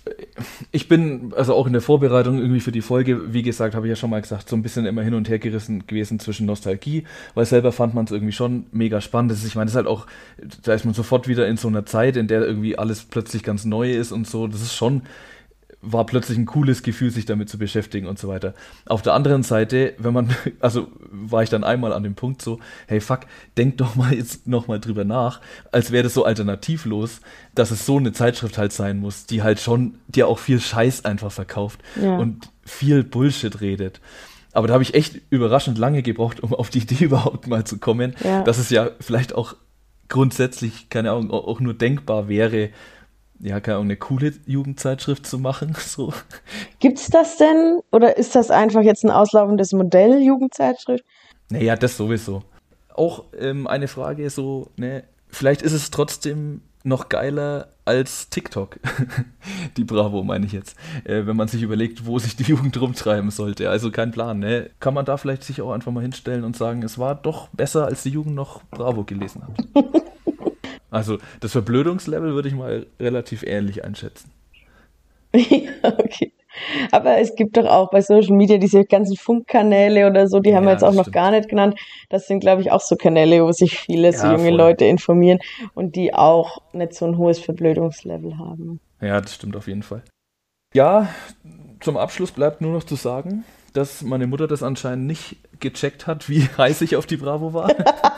Ich bin, also auch in der Vorbereitung irgendwie für die Folge, wie gesagt, habe ich ja schon mal gesagt, so ein bisschen immer hin und her gerissen gewesen zwischen Nostalgie, weil selber fand man es irgendwie schon mega spannend. Ich meine, das ist halt auch, da ist man sofort wieder in so einer Zeit, in der irgendwie alles plötzlich ganz neu ist und so. Das ist schon, war plötzlich ein cooles Gefühl, sich damit zu beschäftigen und so weiter. Auf der anderen Seite, also war ich dann einmal an dem Punkt so, hey fuck, denk doch mal jetzt nochmal drüber nach, als wäre das so alternativlos, dass es so eine Zeitschrift halt sein muss, die halt schon, die auch viel Scheiß einfach verkauft und viel Bullshit redet. Aber da habe ich echt überraschend lange gebraucht, um auf die Idee überhaupt mal zu kommen, dass es ja vielleicht auch grundsätzlich, keine Ahnung, auch nur denkbar wäre, ja, keine Ahnung, eine coole Jugendzeitschrift zu machen. So. Gibt's das denn? Oder ist das einfach jetzt ein auslaufendes Modell, Jugendzeitschrift? Naja, das sowieso. Auch eine Frage so, ne, vielleicht ist es trotzdem noch geiler als TikTok. Die Bravo meine ich jetzt. Wenn man sich überlegt, wo sich die Jugend rumtreiben sollte. Also kein Plan, ne? Kann man da vielleicht sich auch einfach mal hinstellen und sagen, es war doch besser, als die Jugend noch Bravo gelesen hat. Also das Verblödungslevel würde ich mal relativ ähnlich einschätzen. Ja, okay. Aber es gibt doch auch bei Social Media diese ganzen Funkkanäle oder so, die haben wir jetzt auch noch gar nicht genannt. Das sind, glaube ich, auch so Kanäle, wo sich viele so junge Leute informieren und die auch nicht so ein hohes Verblödungslevel haben. Ja, das stimmt auf jeden Fall. Ja, zum Abschluss bleibt nur noch zu sagen, dass meine Mutter das anscheinend nicht gecheckt hat, wie heiß ich auf die Bravo war.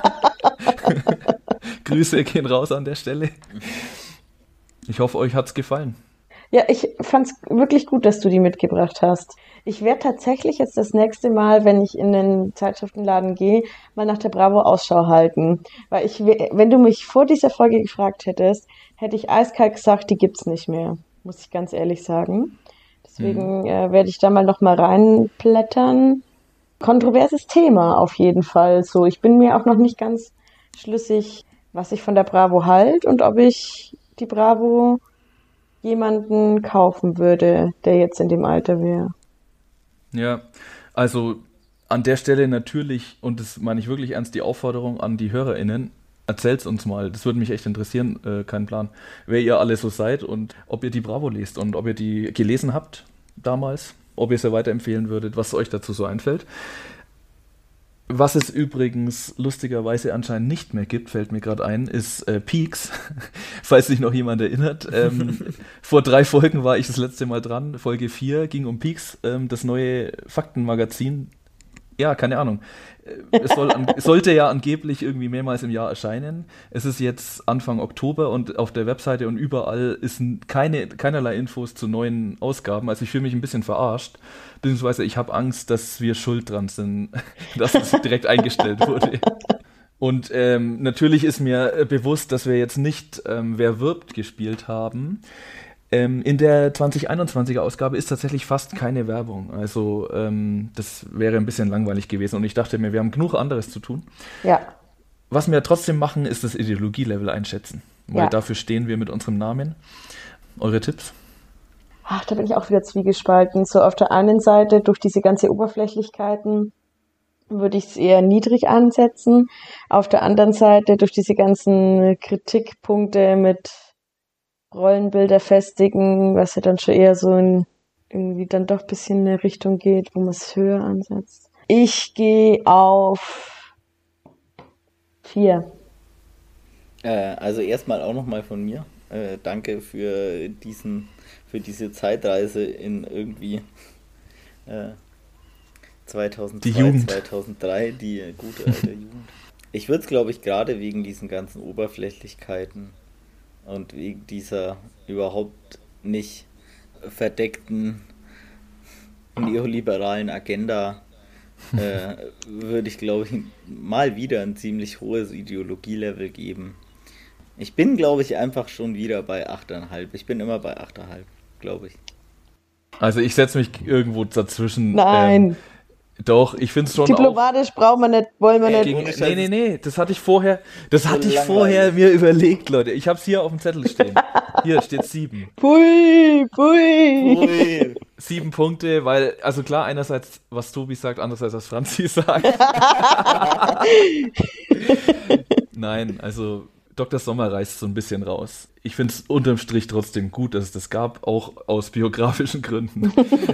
Grüße gehen raus an der Stelle. Ich hoffe, euch hat's gefallen. Ja, ich fand's wirklich gut, dass du die mitgebracht hast. Ich werde tatsächlich jetzt das nächste Mal, wenn ich in den Zeitschriftenladen gehe, mal nach der Bravo Ausschau halten. Weil wenn du mich vor dieser Folge gefragt hättest, hätte ich eiskalt gesagt, die gibt's nicht mehr. Muss ich ganz ehrlich sagen. Deswegen werde ich da mal noch mal reinblättern. Kontroverses Thema auf jeden Fall. So, ich bin mir auch noch nicht ganz schlüssig, was ich von der Bravo halte und ob ich die Bravo jemanden kaufen würde, der jetzt in dem Alter wäre. Ja, also an der Stelle natürlich, und das meine ich wirklich ernst, die Aufforderung an die HörerInnen, erzählt's uns mal, das würde mich echt interessieren, kein Plan, wer ihr alle so seid und ob ihr die Bravo lest und ob ihr die gelesen habt damals, ob ihr sie weiterempfehlen würdet, was euch dazu so einfällt. Was es übrigens lustigerweise anscheinend nicht mehr gibt, fällt mir gerade ein, ist Peaks, falls sich noch jemand erinnert. Vor 3 Folgen war ich das letzte Mal dran, Folge 4 ging um Peaks, das neue Faktenmagazin. Ja, keine Ahnung. Es sollte ja angeblich irgendwie mehrmals im Jahr erscheinen. Es ist jetzt Anfang Oktober und auf der Webseite und überall ist keinerlei Infos zu neuen Ausgaben. Also ich fühle mich ein bisschen verarscht, beziehungsweise ich habe Angst, dass wir schuld dran sind, dass es direkt eingestellt wurde. Und natürlich ist mir bewusst, dass wir jetzt nicht Wer wirbt gespielt haben. In der 2021er Ausgabe ist tatsächlich fast keine Werbung. Also das wäre ein bisschen langweilig gewesen. Und ich dachte mir, wir haben genug anderes zu tun. Ja. Was wir trotzdem machen, ist das Ideologielevel einschätzen. Weil Ja. dafür stehen wir mit unserem Namen. Eure Tipps? Ach, da bin ich auch wieder zwiegespalten. So auf der einen Seite, durch diese ganze Oberflächlichkeiten würde ich es eher niedrig ansetzen. Auf der anderen Seite, durch diese ganzen Kritikpunkte mit Rollenbilder festigen, was ja dann schon eher so in irgendwie dann doch ein bisschen in eine Richtung geht, wo man es höher ansetzt. Ich gehe auf 4. Also erstmal auch nochmal von mir. Danke für diese Zeitreise in irgendwie 2002, Die Jugend. 2003, die gute alte Jugend. Ich würde es, glaube ich, gerade wegen diesen ganzen Oberflächlichkeiten und wegen dieser überhaupt nicht verdeckten neoliberalen Agenda würde ich, glaube ich, mal wieder ein ziemlich hohes Ideologielevel geben. Ich bin, glaube ich, einfach schon wieder bei 8,5. Ich bin immer bei 8,5, glaube ich. Also ich setze mich irgendwo dazwischen. Nein. Doch, ich finde es schon auch... Diplomatisch brauchen wir nicht, wollen wir nicht. Ohne Scheiß. Nee, das hatte ich vorher langweilig. mir überlegt, Leute. Ich habe es hier auf dem Zettel stehen. Hier steht 7. Pui. Ui. 7 Punkte, weil, also klar, einerseits, was Tobi sagt, andererseits, was Franzi sagt. Nein, also Dr. Sommer reißt so ein bisschen raus. Ich finde es unterm Strich trotzdem gut, dass es das gab, auch aus biografischen Gründen.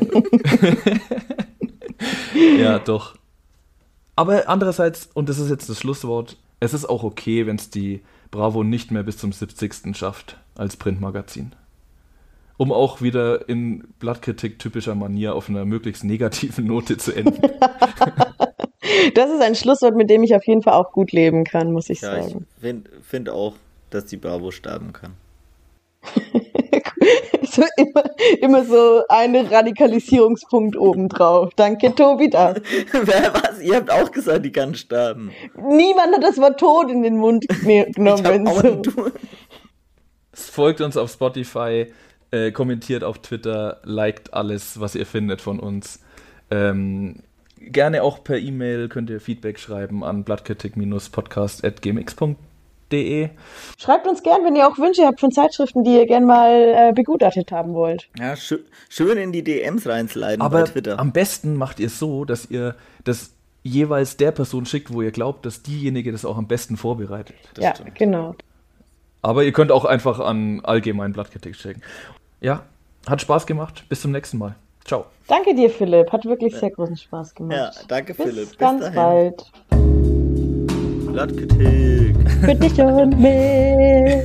Ja, doch. Aber andererseits, und das ist jetzt das Schlusswort, es ist auch okay, wenn es die Bravo nicht mehr bis zum 70. schafft als Printmagazin. Um auch wieder in Blattkritik typischer Manier auf einer möglichst negativen Note zu enden. Das ist ein Schlusswort, mit dem ich auf jeden Fall auch gut leben kann, muss ich Ja, ich sagen. finde auch, dass die Bravo sterben kann. So immer so ein Radikalisierungspunkt obendrauf. Danke, Tobi, da. Was? Ihr habt auch gesagt, die kann sterben. Niemand hat das Wort Tod in den Mund genommen. So. Folgt uns auf Spotify, kommentiert auf Twitter, liked alles, was ihr findet von uns. Gerne auch per E-Mail könnt ihr Feedback schreiben an blattkritik-podcast@gmx.de. Schreibt uns gern, wenn ihr auch Wünsche habt von Zeitschriften, die ihr gern mal begutachtet haben wollt. Ja, schön in die DMs reinsliden Aber bei Twitter. am besten macht ihr es so, dass ihr das jeweils der Person schickt, wo ihr glaubt, dass diejenige das auch am besten vorbereitet. Das Ja, stimmt. genau. Aber ihr könnt auch einfach an allgemein Blattkritik schicken. Ja, hat Spaß gemacht. Bis zum nächsten Mal. Ciao. Danke dir, Philipp. Hat wirklich sehr großen Spaß gemacht. Ja, danke, Bis Philipp. Bis ganz dahin. bald. Blattkritik. Für dich und mich.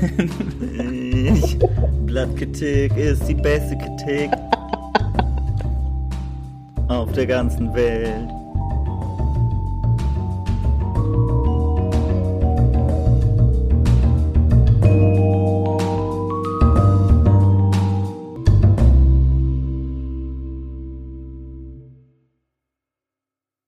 Blattkritik ist die beste Kritik auf der ganzen Welt.